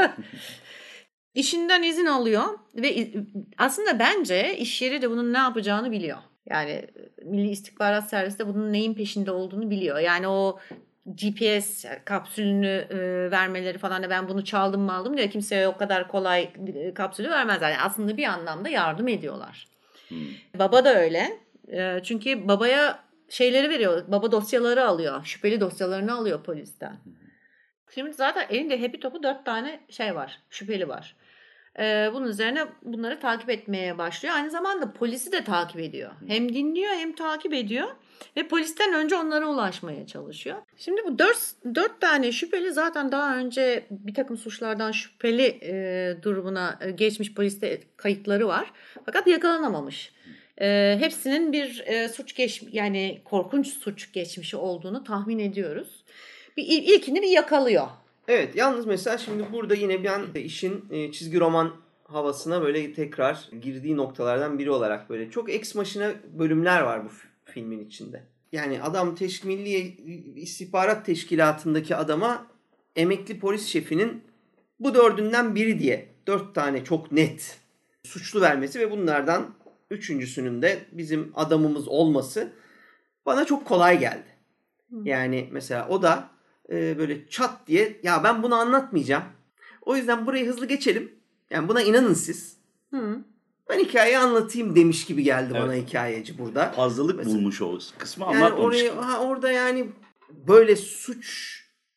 İşinden izin alıyor ve aslında bence iş yeri de bunun ne yapacağını biliyor. Yani Milli İstihbarat Servisi de bunun neyin peşinde olduğunu biliyor. Yani o G P S kapsülünü e, vermeleri falan da ben bunu çaldım mı aldım diyor. Kimseye o kadar kolay e, kapsülü vermezler. Yani aslında bir anlamda yardım ediyorlar. Hmm. Baba da öyle. E, çünkü babaya şeyleri veriyor. Baba dosyaları alıyor. Şüpheli dosyalarını alıyor polisten. Hmm. Şimdi zaten elinde hepi topu dört tane şey var. Şüpheli var. E, bunun üzerine bunları takip etmeye başlıyor. Aynı zamanda polisi de takip ediyor. Hmm. Hem dinliyor hem takip ediyor. Ve polisten önce onlara ulaşmaya çalışıyor. Şimdi bu dört, dört tane şüpheli zaten daha önce bir takım suçlardan şüpheli e, durumuna geçmiş, poliste kayıtları var. Fakat yakalanamamış. E, hepsinin bir e, suç geç yani korkunç suç geçmişi olduğunu tahmin ediyoruz. Bir, ilkini bir yakalıyor. Evet, yalnız mesela şimdi burada yine ben işin e, çizgi roman havasına böyle tekrar girdiği noktalardan biri olarak böyle çok ex machina bölümler var bu filmin içinde. Yani adam teşk Milli İstihbarat Teşkilatı'ndaki adama emekli polis şefinin bu dördünden biri diye dört tane çok net suçlu vermesi ve bunlardan üçüncüsünün de bizim adamımız olması bana çok kolay geldi. Yani mesela o da e, böyle çat diye ya ben bunu anlatmayacağım. O yüzden burayı hızlı geçelim. Yani buna inanın siz. Hı. Ben hikayeyi anlatayım demiş gibi geldi evet. bana hikayeci burada. Fazlalık mesela, bulmuş o kısmı yani anlatmamış. Oraya, ha, orada yani böyle suç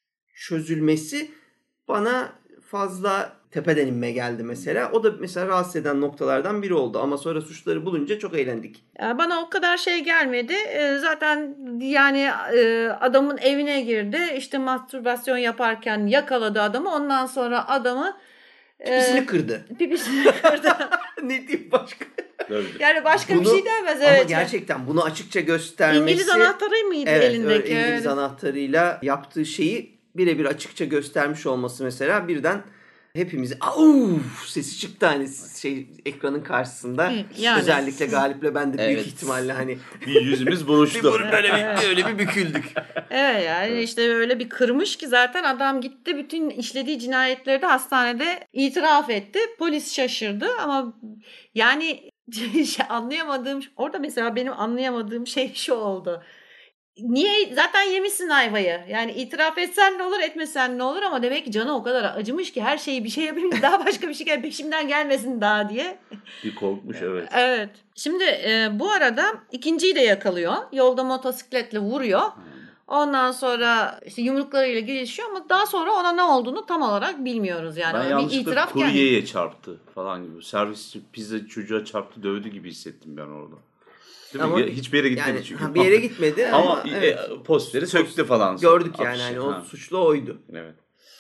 çözülmesi bana fazla tepeden inme geldi mesela. O da mesela rahatsız eden noktalardan biri oldu. Ama sonra suçları bulunca çok eğlendik. Ya bana o kadar şey gelmedi. Zaten yani adamın evine girdi. İşte mastürbasyon yaparken yakaladı adamı. Ondan sonra adamı pipisini e, kırdı. Pipisini kırdı. Ne diyeyim başka? Yani başka bunu, bir şey demez. Evet. Ama gerçekten bunu açıkça göstermesi. İngiliz anahtarı mıydı evet, elindeki? Evet, İngiliz anahtarıyla yaptığı şeyi birebir açıkça göstermiş olması mesela birden hepimizi "Uf!" sesi çıktı hani şey ekranın karşısında. Yani. Özellikle Galip'le ben de evet. büyük ihtimalle hani bir yüzümüz buruştu. bir böyle bir öyle bir büküldük. Evet yani evet. işte öyle bir kırmış ki zaten adam gitti bütün işlediği cinayetleri de hastanede itiraf etti. Polis şaşırdı ama yani şey, anlayamadığım orada mesela benim anlayamadığım şey şu oldu. Niye? Zaten yemişsin ayvayı. Yani itiraf etsen ne olur, etmesen ne olur ama demek ki canı o kadar acımış ki her şeyi bir şey yapayım daha başka bir şey gel peşimden gelmesin daha diye. Bir korkmuş evet. Evet. Şimdi e, bu arada ikinciyi de yakalıyor. Yolda motosikletle vuruyor. Ondan sonra işte yumruklarıyla girişiyor ama daha sonra ona ne olduğunu tam olarak bilmiyoruz yani. Ben bir yanlışlıkla itiraf kuryeye yani. çarptı falan gibi. Servisçi pizza çocuğa çarptı dövdü gibi hissettim ben orada. Ama hiçbir yere gitmedi yani, çünkü. Ha, bir yere gitmedi ama, ama evet. posteri söktü falan. Gördük yani hani o suçlu oydu. Evet.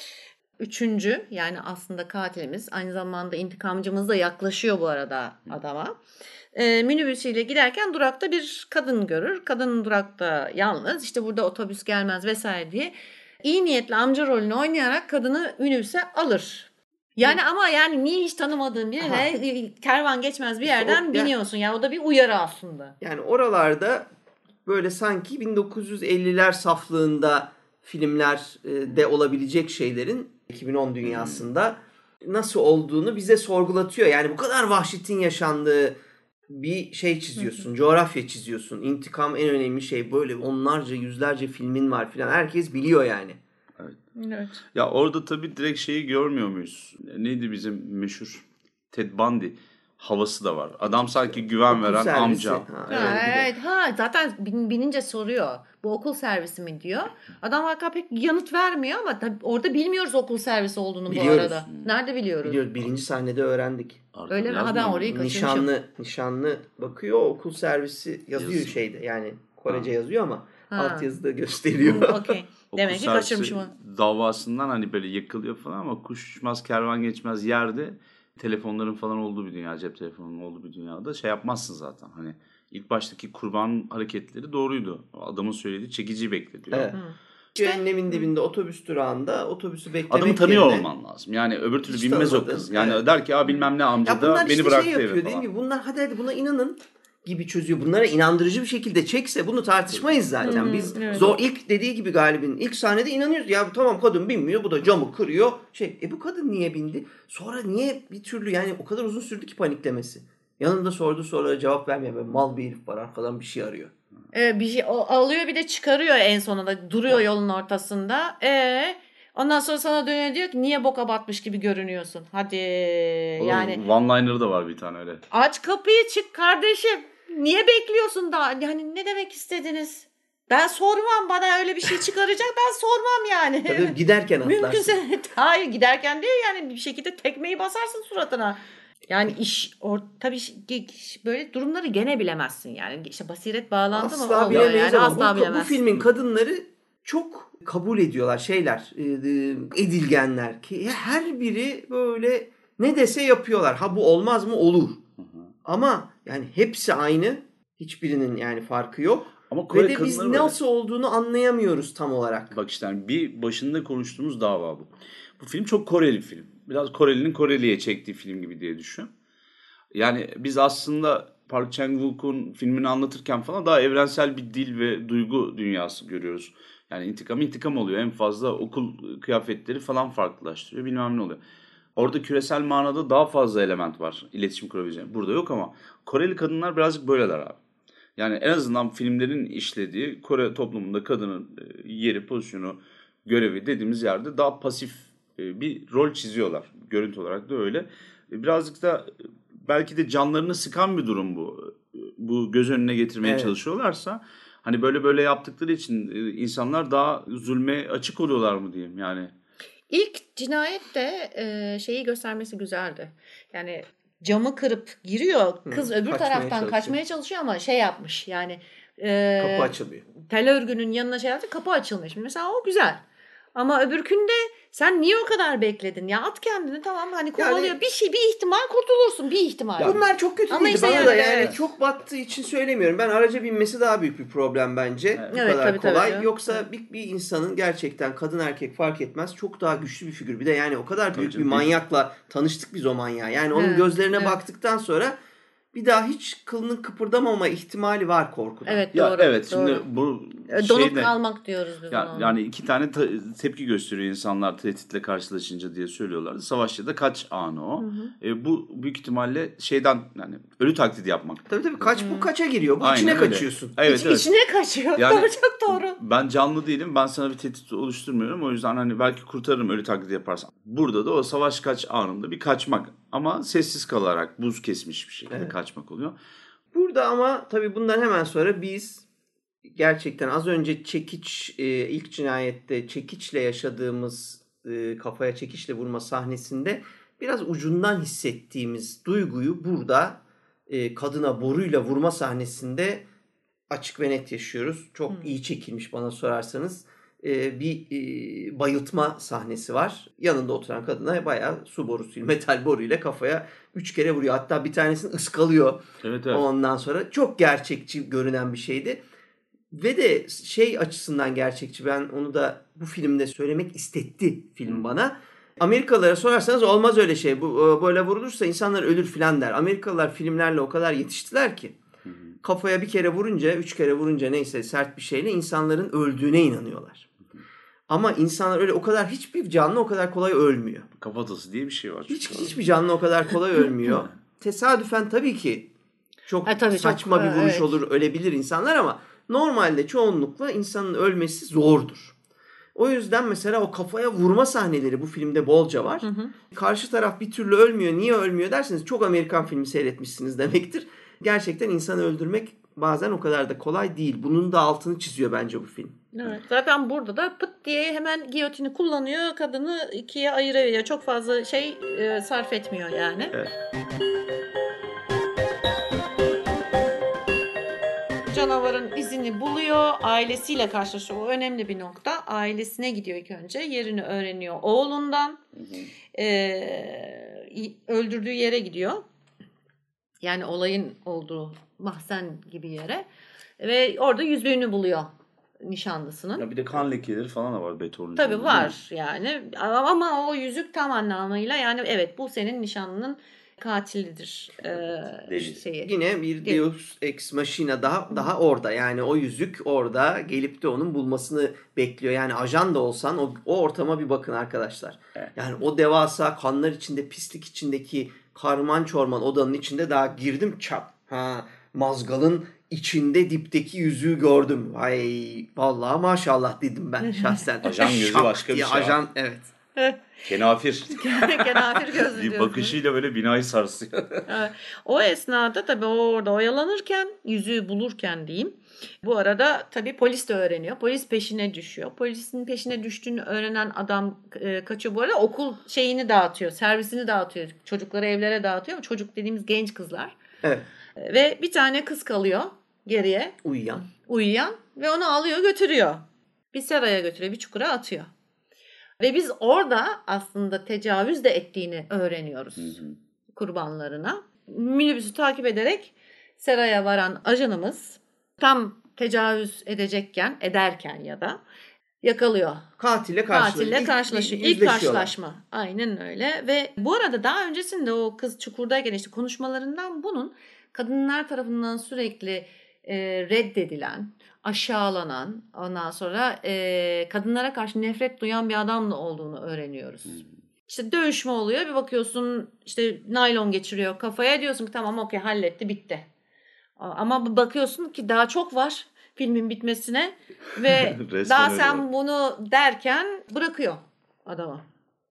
Üçüncü yani aslında katilimiz aynı zamanda intikamcımız da yaklaşıyor bu arada adama. Ee, minibüsüyle giderken durakta bir kadın görür. Kadın durakta yalnız işte burada otobüs gelmez vesaire diye iyi niyetli amca rolünü oynayarak kadını minibüse alır. Yani Hı. ama yani niye hiç tanımadığın birine Aha. kervan geçmez bir yerden işte o, biniyorsun. Yani, yani o da bir uyarı aslında. Yani oralarda böyle sanki bin dokuz yüz elliler saflığında filmlerde olabilecek şeylerin iki bin on dünyasında hmm. nasıl olduğunu bize sorgulatıyor. Yani bu kadar vahşetin yaşandığı bir şey çiziyorsun, Hı-hı. coğrafya çiziyorsun. İntikam en önemli şey. Böyle onlarca, yüzlerce filmin var filan. Herkes biliyor yani. Evet. Evet. Ya orada tabii direkt şeyi görmüyor muyuz? Neydi bizim meşhur Ted Bundy? havası da var. Adam sanki güven Okul veren servisi. amca. Ha, Ha, evet, bir de. evet, ha zaten bin- binince soruyor. Bu okul servisi mi diyor. Adam hakikaten pek yanıt vermiyor ama tabii orada bilmiyoruz okul servisi olduğunu Biliyoruz. bu arada. Nerede biliyoruz? Biliyoruz, birinci sahnede öğrendik. Arkada Öyle mi? Ha, ben yazmıyor mu? orayı kaçırmışım. Nişanlı nişanlı bakıyor, okul servisi yazıyor Yazıyor. şeyde. Yani Korece Ha. yazıyor ama Ha. altyazıda gösteriyor. Hı, okey. Okul Demek ki servisi kaçırmışım onu. davasından hani böyle yıkılıyor falan ama kuş uçmaz kervan geçmez yerde telefonların falan olduğu bir dünya, cep telefonunun olduğu bir dünyada şey yapmazsın zaten. Hani ilk baştaki kurban hareketleri doğruydu. Adamın söylediği çekiciyi bekletiyor. Evet. Cehennemin dibinde otobüs durağında otobüsü beklemek Adamı tanıyor yerine- olman lazım. Yani öbür türlü Hiç binmez o tanımadın. kız. Yani Evet. der ki "Aa, bilmem ne amca Ya da bunlar beni işte bıraktı şey eve yapıyor falan." değil mi? Bunlar hadi hadi buna inanın gibi çözüyor. Bunlara inandırıcı bir şekilde çekse bunu tartışmayız zaten. Hı, Biz evet. zor ilk dediği gibi Galip'in ilk sahnede inanıyoruz. Ya bu tamam kadın binmiyor. Bu da camı kırıyor. Şey e bu kadın niye bindi? Sonra niye bir türlü yani o kadar uzun sürdü ki paniklemesi. Yanında sorduğu sorulara cevap vermeyen böyle mal bir herif var arkadan bir şey arıyor. Ee, bir şey o- alıyor bir de çıkarıyor en sonunda. Duruyor yolun ortasında. Ee, ondan sonra sana dönüyor diyor ki niye boka batmış gibi görünüyorsun. Hadi Oğlum, yani one-liner'ı da var bir tane öyle. aç kapıyı çık kardeşim. Niye bekliyorsun daha? Yani ne demek istediniz? Ben sormam, bana öyle bir şey çıkaracak ben sormam yani. Tabii giderken atlarsın. Mümkünse hayır giderken değil yani bir şekilde tekmeyi basarsın suratına. Yani iş or, tabii ş- böyle durumları gene bilemezsin yani. İşte basiret bağlandı mı Asla olmuyor bilemeyiz yani ama asla bu, bu bilemezsin. filmin kadınları çok kabul ediyorlar şeyler e, e, edilgenler ki her biri böyle ne dese yapıyorlar. Ha bu olmaz mı? Olur. Ama yani hepsi aynı. Hiçbirinin yani farkı yok. Ama Kore Ve de biz kadınları böyle. nasıl olduğunu anlayamıyoruz tam olarak. Bak işte yani bir başında konuştuğumuz dava bu. Bu film çok Koreli bir film. Biraz Koreli'nin Koreli'ye çektiği film gibi diye düşün. Yani biz aslında Park Chan-wook'un filmini anlatırken falan daha evrensel bir dil ve duygu dünyası görüyoruz. Yani intikam intikam oluyor. En fazla okul kıyafetleri falan farklılaştırıyor. Bilmem ne oluyor. Orada küresel manada daha fazla element var iletişim kurabileceğim. Burada yok ama Koreli kadınlar birazcık böyleler abi. Yani en azından filmlerin işlediği Kore toplumunda kadının yeri, pozisyonu, görevi dediğimiz yerde daha pasif bir rol çiziyorlar. Görüntü olarak da öyle. Birazcık da belki de canlarını sıkan bir durum bu. Bu göz önüne getirmeye Evet. çalışıyorlarsa hani böyle böyle yaptıkları için insanlar daha zulme açık oluyorlar mı diyeyim yani. İlk cinayette e, şeyi göstermesi güzeldi. Yani camı kırıp giriyor. Kız Hı, öbür kaçmaya taraftan çalışıyor. kaçmaya çalışıyor ama şey yapmış. Yani e, Kapı açılıyor. tel örgünün yanına şey yaptı, kapı açılmış. Mesela o güzel. Ama öbürkünde sen niye o kadar bekledin? Ya at kendini tamam hani kovalıyor. Yani- bir şey bir ihtimal kurtulursun bir ihtimal. Bunlar çok kötü Ama değildi işte bana yani- da yani evet. çok battığı için söylemiyorum. Ben araca binmesi daha büyük bir problem bence. Bu Evet, kadar tabii, tabii kolay. canım. Yoksa bir, bir insanın gerçekten kadın erkek fark etmez çok daha güçlü bir figür. Bir de yani o kadar büyük canım, bir manyakla tanıştık biz o manyağa. Yani onun Evet, gözlerine evet. baktıktan sonra bir daha hiç kılının kıpırdamama ihtimali var korkudan. Evet Ya doğru. evet doğru. şimdi bu E, Donup şeyde- kalmak diyoruz biz Ya, ona. yani iki tane ta- tepki gösteriyor insanlar tehditle karşılaşınca diye söylüyorlardı. Savaş ya da kaç anı o. E, bu büyük ihtimalle şeyden yani ölü taklidi yapmak. Tabii tabii kaç bu kaça giriyor? Bu Aynen içine öyle. kaçıyorsun. Evet, İç- evet. İçine kaçıyor. Yani- doğru çok doğru. Ben canlı değilim. Ben sana bir tehdit oluşturmuyorum. O yüzden hani belki kurtarırım ölü taklidi yaparsan. Burada da o savaş kaç anında bir kaçmak. Ama sessiz kalarak buz kesmiş bir şekilde Evet. kaçmak oluyor. Burada ama tabii bundan hemen sonra biz gerçekten az önce çekiç e, ilk cinayette çekiçle yaşadığımız e, kafaya çekiçle vurma sahnesinde biraz ucundan hissettiğimiz duyguyu burada e, kadına boruyla vurma sahnesinde açık ve net yaşıyoruz. Çok Hmm. iyi çekilmiş bana sorarsanız. E, bir e, bayıltma sahnesi var. Yanında oturan kadına bayağı su borusuyla, metal boruyla kafaya üç kere vuruyor. Hatta bir tanesini ıskalıyor. Evet evet. Ondan sonra çok gerçekçi görünen bir şeydi. Ve de şey açısından gerçekçi, ben onu da bu filmde söylemek istetti film bana. Amerikalılara sorarsanız olmaz öyle şey. Bu böyle vurulursa insanlar ölür filan der. Amerikalılar filmlerle o kadar yetiştiler ki kafaya bir kere vurunca, üç kere vurunca neyse sert bir şeyle insanların öldüğüne inanıyorlar. Ama insanlar öyle o kadar hiçbir canlı o kadar kolay ölmüyor. Kafatası diye bir şey var. Hiç çünkü. hiçbir canlı o kadar kolay ölmüyor. Tesadüfen tabii ki çok Ha, tabii, saçma çok, bir vuruş evet. olur, ölebilir insanlar ama normalde çoğunlukla insanın ölmesi zordur. O yüzden mesela o kafaya vurma sahneleri bu filmde bolca var. Hı hı. Karşı taraf bir türlü ölmüyor. Niye ölmüyor derseniz çok Amerikan filmi seyretmişsiniz demektir. Gerçekten insanı öldürmek bazen o kadar da kolay değil. Bunun da altını çiziyor bence bu film. Evet. Zaten burada da pıt diye hemen giyotini kullanıyor. Kadını ikiye ayırıyor. Çok fazla şey e, sarf etmiyor yani. Evet. Canavarın izini buluyor. Ailesiyle karşılaşıyor. O önemli bir nokta. Ailesine gidiyor ilk önce. Yerini öğreniyor oğlundan. Hı hı. Ee, öldürdüğü yere gidiyor. Yani olayın olduğu mahzen gibi yere. Ve orada yüzüğünü buluyor nişanlısının. Ya bir de kan lekeleri falan da var betonun. Tabii var yani. Ama o yüzük tam anlamıyla yani evet bu senin nişanlının katilidir. Ee, şeyi. Yine bir Deus Ex Machina daha daha orada. Yani o yüzük orada gelip de onun bulmasını bekliyor. Yani ajan da olsan o, o ortama bir bakın arkadaşlar. Evet. Yani o devasa kanlar içinde, pislik içindeki karman çorman odanın içinde daha girdim çap. Ha, mazgalın içinde dipteki yüzüğü gördüm. Vay vallahi maşallah dedim ben şahsen. Ajan gözü Şak başka bir diye şey. Ajan evet. Kenafir. Kenafir gözlü Bir diyorsun. bakışıyla böyle binayı sarsıyor. Evet. O esnada tabii orada oyalanırken, yüzüğü bulurken diyeyim. Bu arada tabii polis de öğreniyor. Polis peşine düşüyor. Polisin peşine düştüğünü öğrenen adam e, kaçıyor. Bu arada okul şeyini dağıtıyor, servisini dağıtıyor. Çocukları evlere dağıtıyor. Çocuk dediğimiz genç kızlar. Evet. E, ve bir tane kız kalıyor geriye. Uyuyan. Uyuyan ve onu alıyor götürüyor. Bir seraya götürüyor, bir çukura atıyor. Ve biz orada aslında tecavüz de ettiğini öğreniyoruz Hı hı. kurbanlarına. Minibüsü takip ederek seraya varan ajanımız tam tecavüz edecekken, ederken ya da yakalıyor. Katille karşılaşıyor. Katille İlk- karşılaşıyor. bir İlk yüzleşiyorlar. karşılaşma. Aynen öyle. Ve bu arada daha öncesinde o kız çukurdayken işte konuşmalarından bunun kadınlar tarafından sürekli e, reddedilen, aşağılanan, ondan sonra e, kadınlara karşı nefret duyan bir adamla olduğunu öğreniyoruz. Hmm. İşte dövüşme oluyor. Bir bakıyorsun işte naylon geçiriyor kafaya. Diyorsun ki tamam okey halletti bitti. Ama bakıyorsun ki daha çok var filmin bitmesine ve Resmen daha öyle sen var. bunu derken bırakıyor adamı.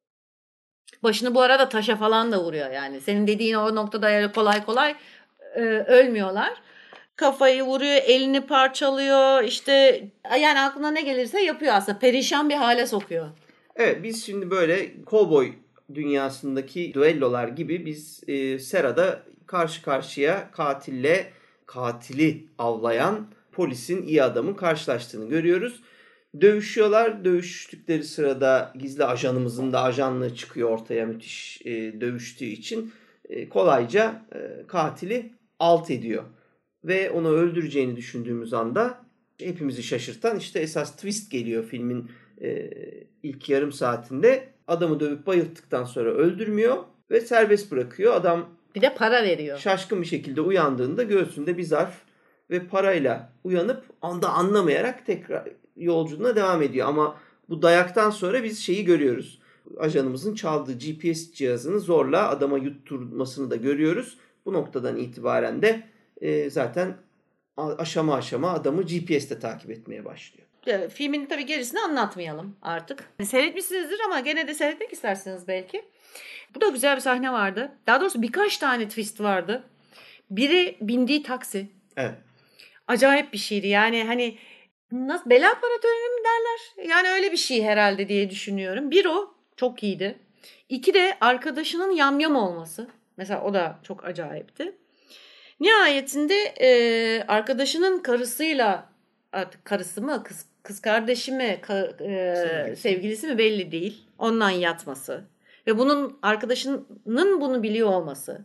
Başını bu arada taşa falan da vuruyor yani. Senin dediğin o noktada öyle kolay kolay e, ölmüyorlar. Kafayı vuruyor, elini parçalıyor. İşte yani aklına ne gelirse yapıyor aslında. Perişan bir hale sokuyor. Evet biz şimdi böyle kovboy dünyasındaki düellolar gibi biz e, serada karşı karşıya katille katili avlayan polisin iyi adamın karşılaştığını görüyoruz. Dövüşüyorlar. Dövüştükleri sırada gizli ajanımızın da ajanlığı çıkıyor ortaya müthiş e, dövüştüğü için. E, kolayca e, katili alt ediyor. Ve onu öldüreceğini düşündüğümüz anda hepimizi şaşırtan işte esas twist geliyor filmin e, ilk yarım saatinde. Adamı dövüp bayılttıktan sonra öldürmüyor ve serbest bırakıyor. Adam Bir de para veriyor. şaşkın bir şekilde uyandığında göğsünde bir zarf ve parayla uyanıp anda anlamayarak tekrar yolculuğuna devam ediyor. Ama bu dayaktan sonra biz şeyi görüyoruz. Ajanımızın çaldığı G P S cihazını zorla adama yutturmasını da görüyoruz. Bu noktadan itibaren de e, zaten aşama aşama adamı G P S'te takip etmeye başlıyor. Ya, filmin tabii gerisini anlatmayalım artık. Seyretmişsinizdir ama gene de seyretmek istersiniz belki. Bu da güzel bir sahne vardı. Daha doğrusu birkaç tane twist vardı. Biri bindiği taksi. Evet. Acayip bir şeydi. Yani hani nasıl bela para töreni mi derler? Yani öyle bir şey herhalde diye düşünüyorum. Bir o çok iyiydi. İki de arkadaşının yamyam olması. Mesela o da çok acayipti. Nihayetinde e, arkadaşının karısıyla artık karısı mı kız, kız kardeşi mi ka, e, Sevgilisi. sevgilisi mi belli değil. Ondan yatması. Ve bunun arkadaşının bunu biliyor olması.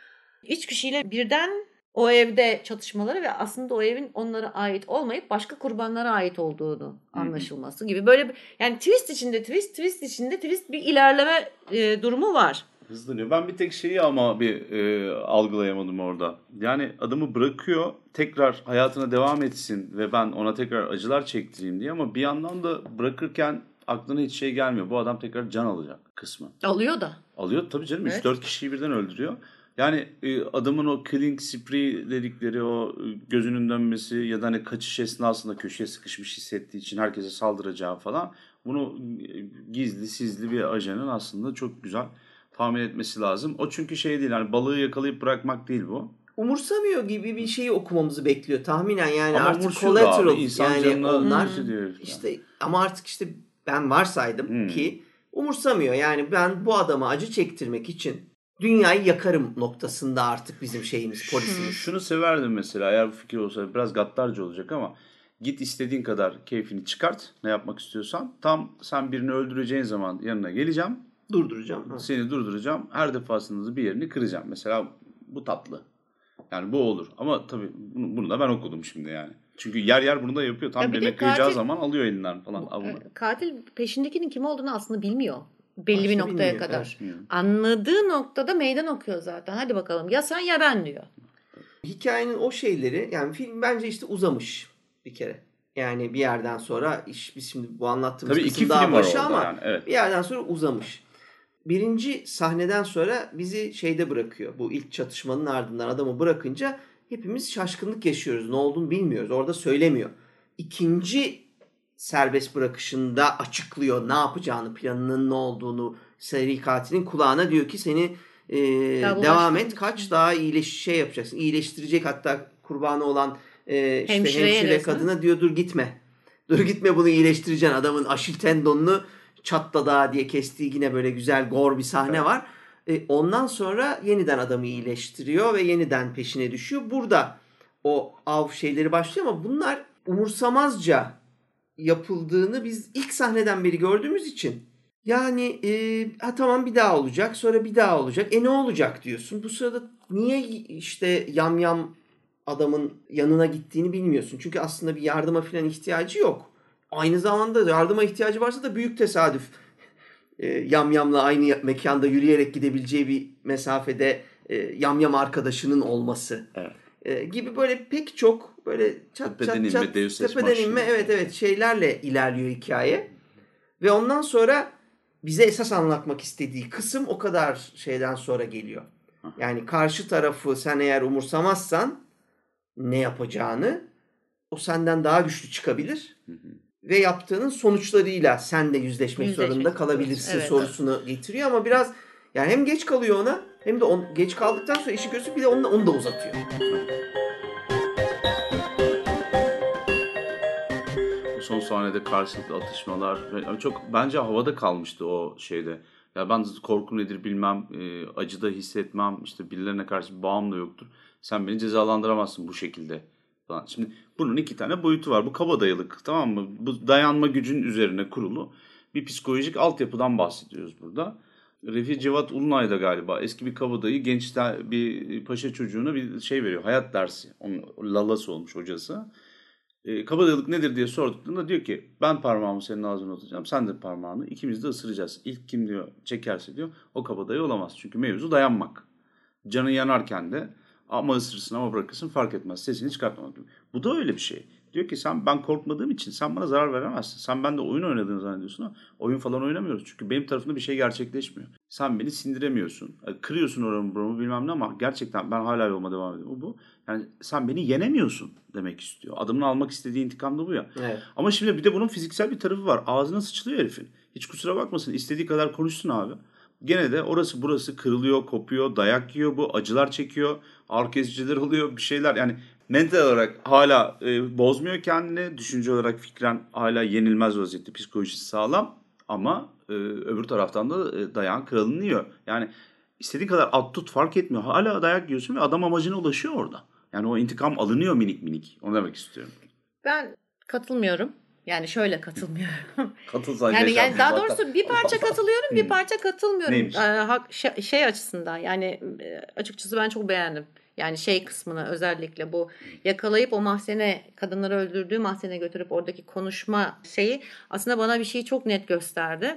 İç kişiyle birden o evde çatışmaları ve aslında o evin onlara ait olmayıp başka kurbanlara ait olduğunu anlaşılması gibi. Böyle bir, yani twist içinde twist, twist içinde twist bir ilerleme e, durumu var. Hızlanıyor. Ben bir tek şeyi ama bir e, algılayamadım orada. Yani adamı bırakıyor, tekrar hayatına devam etsin ve ben ona tekrar acılar çektireyim diye ama bir yandan da bırakırken aklına hiç şey gelmiyor. Bu adam tekrar can alacak kısmı. Alıyor da. Alıyor tabii canım. Evet. üç dört kişiyi birden öldürüyor. Yani e, adamın o killing spree dedikleri o e, gözünün dönmesi ya da hani kaçış esnasında köşeye sıkışmış hissettiği için herkese saldıracağı falan. Bunu e, gizli sizli bir ajanın aslında çok güzel tahmin etmesi lazım. O çünkü şey değil, hani balığı yakalayıp bırakmak değil bu. Umursamıyor gibi bir şeyi okumamızı bekliyor tahminen, yani Ama artık umursuyor da abi, collateral insan yani canına onlar hissediyor herif ya. işte, ama artık işte ben varsaydım Hmm. ki umursamıyor, yani ben bu adama acı çektirmek için dünyayı yakarım noktasında artık bizim şeyimiz, polisimiz. Şunu severdim mesela, eğer bu fikir olsa biraz gaddarca olacak ama git istediğin kadar keyfini çıkart, ne yapmak istiyorsan. Tam sen birini öldüreceğin zaman yanına geleceğim. Durduracağım. Ha. Seni durduracağım. Her defasında bir yerini kıracağım. Mesela bu tatlı. Yani bu olur. Ama tabii bunu, bunu da ben okudum şimdi yani. Çünkü yer yer bunu da yapıyor. Tam Ya bir de birine kıracağı katil- zaman alıyor elinden falan avını. E, Katil peşindekinin kim olduğunu aslında bilmiyor. Belli bir Başta noktaya bilmiyor, kadar. evet. Anladığı noktada meydan okuyor zaten. Hadi bakalım, ya sen ya ben diyor. Hikayenin o şeyleri, yani film bence işte uzamış bir kere. Yani bir yerden sonra iş, biz şimdi bu anlattığımız Tabii kısım iki daha film var başı orada ama yani, evet. bir yerden sonra uzamış. Birinci sahneden sonra bizi şeyde bırakıyor. Bu ilk çatışmanın ardından adamı bırakınca hepimiz şaşkınlık yaşıyoruz. Ne olduğunu bilmiyoruz. Orada söylemiyor. İkinci serbest bırakışında açıklıyor ne yapacağını, planının ne olduğunu. Seri katilin kulağına diyor ki seni e, Ya bu devam başka et, bir kaç şey. daha iyileş şey yapacaksın. İyileştirecek, hatta kurbanı olan e, işte Hemşireye hemşire resmen. kadına diyor dur gitme. Dur gitme, bunu iyileştireceksin. Adamın aşil tendonunu çatla daha diye kestiği yine böyle güzel gor bir sahne var. E, ondan sonra yeniden adamı iyileştiriyor ve yeniden peşine düşüyor. Burada o av şeyleri başlıyor ama bunlar umursamazca yapıldığını biz ilk sahneden beri gördüğümüz için yani e, ha tamam bir daha olacak, sonra bir daha olacak. E ne olacak diyorsun. Bu sırada niye işte yam yam adamın yanına gittiğini bilmiyorsun. Çünkü aslında bir yardıma falan ihtiyacı yok. Aynı zamanda yardıma ihtiyacı varsa da büyük tesadüf. E, yamyamla aynı mekanda yürüyerek gidebileceği bir mesafede e, yamyam arkadaşının olması. Evet. E, gibi böyle pek çok böyle çat Tepeden çat inme, çat Deus Ex tepeden Machina. inme, evet evet şeylerle ilerliyor hikaye. Ve ondan sonra bize esas anlatmak istediği kısım o kadar şeyden sonra geliyor. Yani karşı tarafı sen eğer umursamazsan ne yapacağını, o senden daha güçlü çıkabilir. Hı hı. Ve yaptığının sonuçlarıyla sen de yüzleşmek, Yüzleşmek zorunda kalabilirsin evet. sorusunu getiriyor ama biraz yani hem geç kalıyor ona hem de on, geç kaldıktan sonra işi gösteriyor, bir de onu, onu da uzatıyor. Son sahnede karşılıklı atışmalar ve çok bence havada kalmıştı o şeyde. Ya ben korku nedir bilmem, e, acı da hissetmem, işte birilerine karşı bir bağım da yoktur. Sen beni cezalandıramazsın bu şekilde falan. Şimdi bunun iki tane boyutu var. Bu kabadayılık, tamam mı? Bu dayanma gücün üzerine kurulu bir psikolojik altyapıdan bahsediyoruz burada. Refi Cevat Ulunay da galiba eski bir kabadayı genç bir paşa çocuğuna bir şey veriyor. Hayat dersi. Onun lalası olmuş hocası. E, kabadayılık nedir diye sorduklarında diyor ki ben parmağımı senin ağzına atacağım, sen de parmağını, ikimiz de ısıracağız. İlk kim diyor çekerse diyor o kabadayı olamaz. Çünkü mevzu dayanmak. Canın yanarken de ama ısırırsın ama bırakırsın fark etmez, sesini çıkartmamak gibi. Bu da öyle bir şey. Diyor ki sen, ben korkmadığım için sen bana zarar veremezsin. Sen bende oyun oynadığını zannediyorsun ama oyun falan oynamıyoruz. Çünkü benim tarafımda bir şey gerçekleşmiyor. Sen beni sindiremiyorsun. Kırıyorsun oramı buramı bilmem ne ama gerçekten ben hala yoluma devam ediyorum. O bu. Yani sen beni yenemiyorsun demek istiyor. Adamını almak istediği intikam da bu ya. Evet. Ama şimdi bir de bunun fiziksel bir tarafı var. Ağzına sıçılıyor herifin. Hiç kusura bakmasın. İstediği kadar konuşsun abi. Gene de orası burası kırılıyor, kopuyor, dayak yiyor bu, acılar çekiyor, ağrı kesiciler oluyor, bir şeyler. Yani mental olarak hala e, bozmuyor kendini. Düşünce olarak fikren hala yenilmez vaziyette, psikolojisi sağlam. Ama e, öbür taraftan da e, dayağın kralını yiyor. Yani istediği kadar at tut fark etmiyor. Hala dayak yiyorsun ve adam amacına ulaşıyor orada. Yani o intikam alınıyor minik minik. Onu demek istiyorum. Ben katılmıyorum. Yani şöyle katılmıyorum. Katılsan yani, yani daha zaten. doğrusu bir parça katılıyorum, bir parça katılmıyorum. Neymiş? Ee, hak, şey, şey açısından yani e, açıkçası ben çok beğendim. Yani şey kısmını, özellikle bu yakalayıp o mahzene, kadınları öldürdüğü mahzene götürüp oradaki konuşma şeyi aslında bana bir şeyi çok net gösterdi.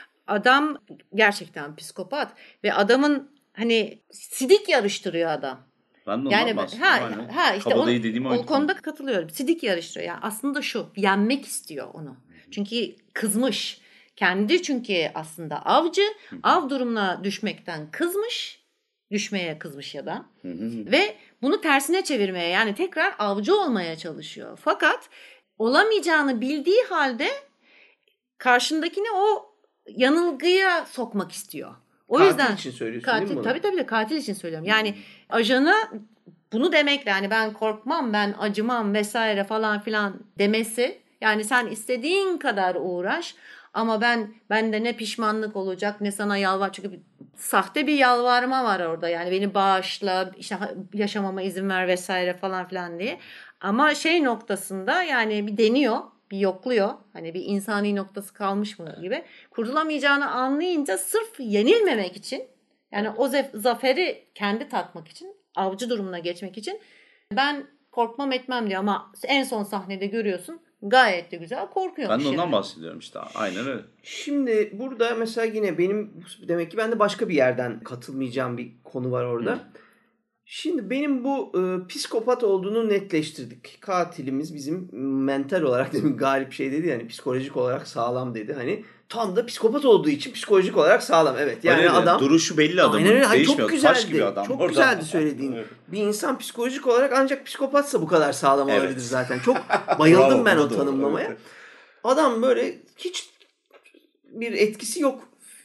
Adam gerçekten psikopat ve adamın hani sidik yarıştırıyor adam. Ben de Yani ondan bahsediyorum. ha, ha işte o, dediğim o konuda katılıyorum. Sidik yarıştırıyor. Yani aslında şu, yenmek istiyor onu. Çünkü kızmış. Kendi çünkü aslında avcı, av durumuna düşmekten kızmış Düşmeye kızmış ya da. Hı hı. Ve bunu tersine çevirmeye, yani tekrar avcı olmaya çalışıyor. Fakat olamayacağını bildiği halde karşındakini o yanılgıya sokmak istiyor. O Katil yüzden için söylüyorsun katil, değil mi bunu? tabii tabii de katil için söylüyorum. Yani ajana bunu demekle, yani ben korkmam, ben acımam vesaire falan filan demesi, yani sen istediğin kadar uğraş ama ben bende ne pişmanlık olacak ne sana yalvar, çünkü bir, sahte bir yalvarma var orada, yani beni bağışla, işte yaşamama izin ver vesaire falan filan diye. Ama şey noktasında yani bir deniyor, bir yokluyor, hani bir insani noktası kalmış mı gibi, kurtulamayacağını anlayınca sırf yenilmemek için, yani o zef- zaferi kendi tatmak için, avcı durumuna geçmek için ben korkmam etmem diyor ama en son sahnede görüyorsun gayet de güzel korkuyormuş. Ben de ondan yani. bahsediyorum işte. Aynen öyle. Şimdi burada mesela yine benim demek ki ben de başka bir yerden katılmayacağım bir konu var orada. Hı. Şimdi benim bu e, psikopat olduğunu netleştirdik. Katilimiz bizim mental olarak, demin Galip şey dedi, yani psikolojik olarak sağlam dedi. Hani tam da psikopat olduğu için psikolojik olarak sağlam. Evet yani Öyle de, adam duruşu belli adamın. aynen öyle. Hani Değişmiyor. çok Taş güzeldi. gibi adam. Çok orada. güzeldi söylediğin. Evet. Bir insan psikolojik olarak ancak psikopatsa bu kadar sağlam Evet. olabilir zaten. Çok bayıldım Bravo, ben bu o da doğru. tanımlamaya. Evet. Adam böyle hiç bir etkisi yok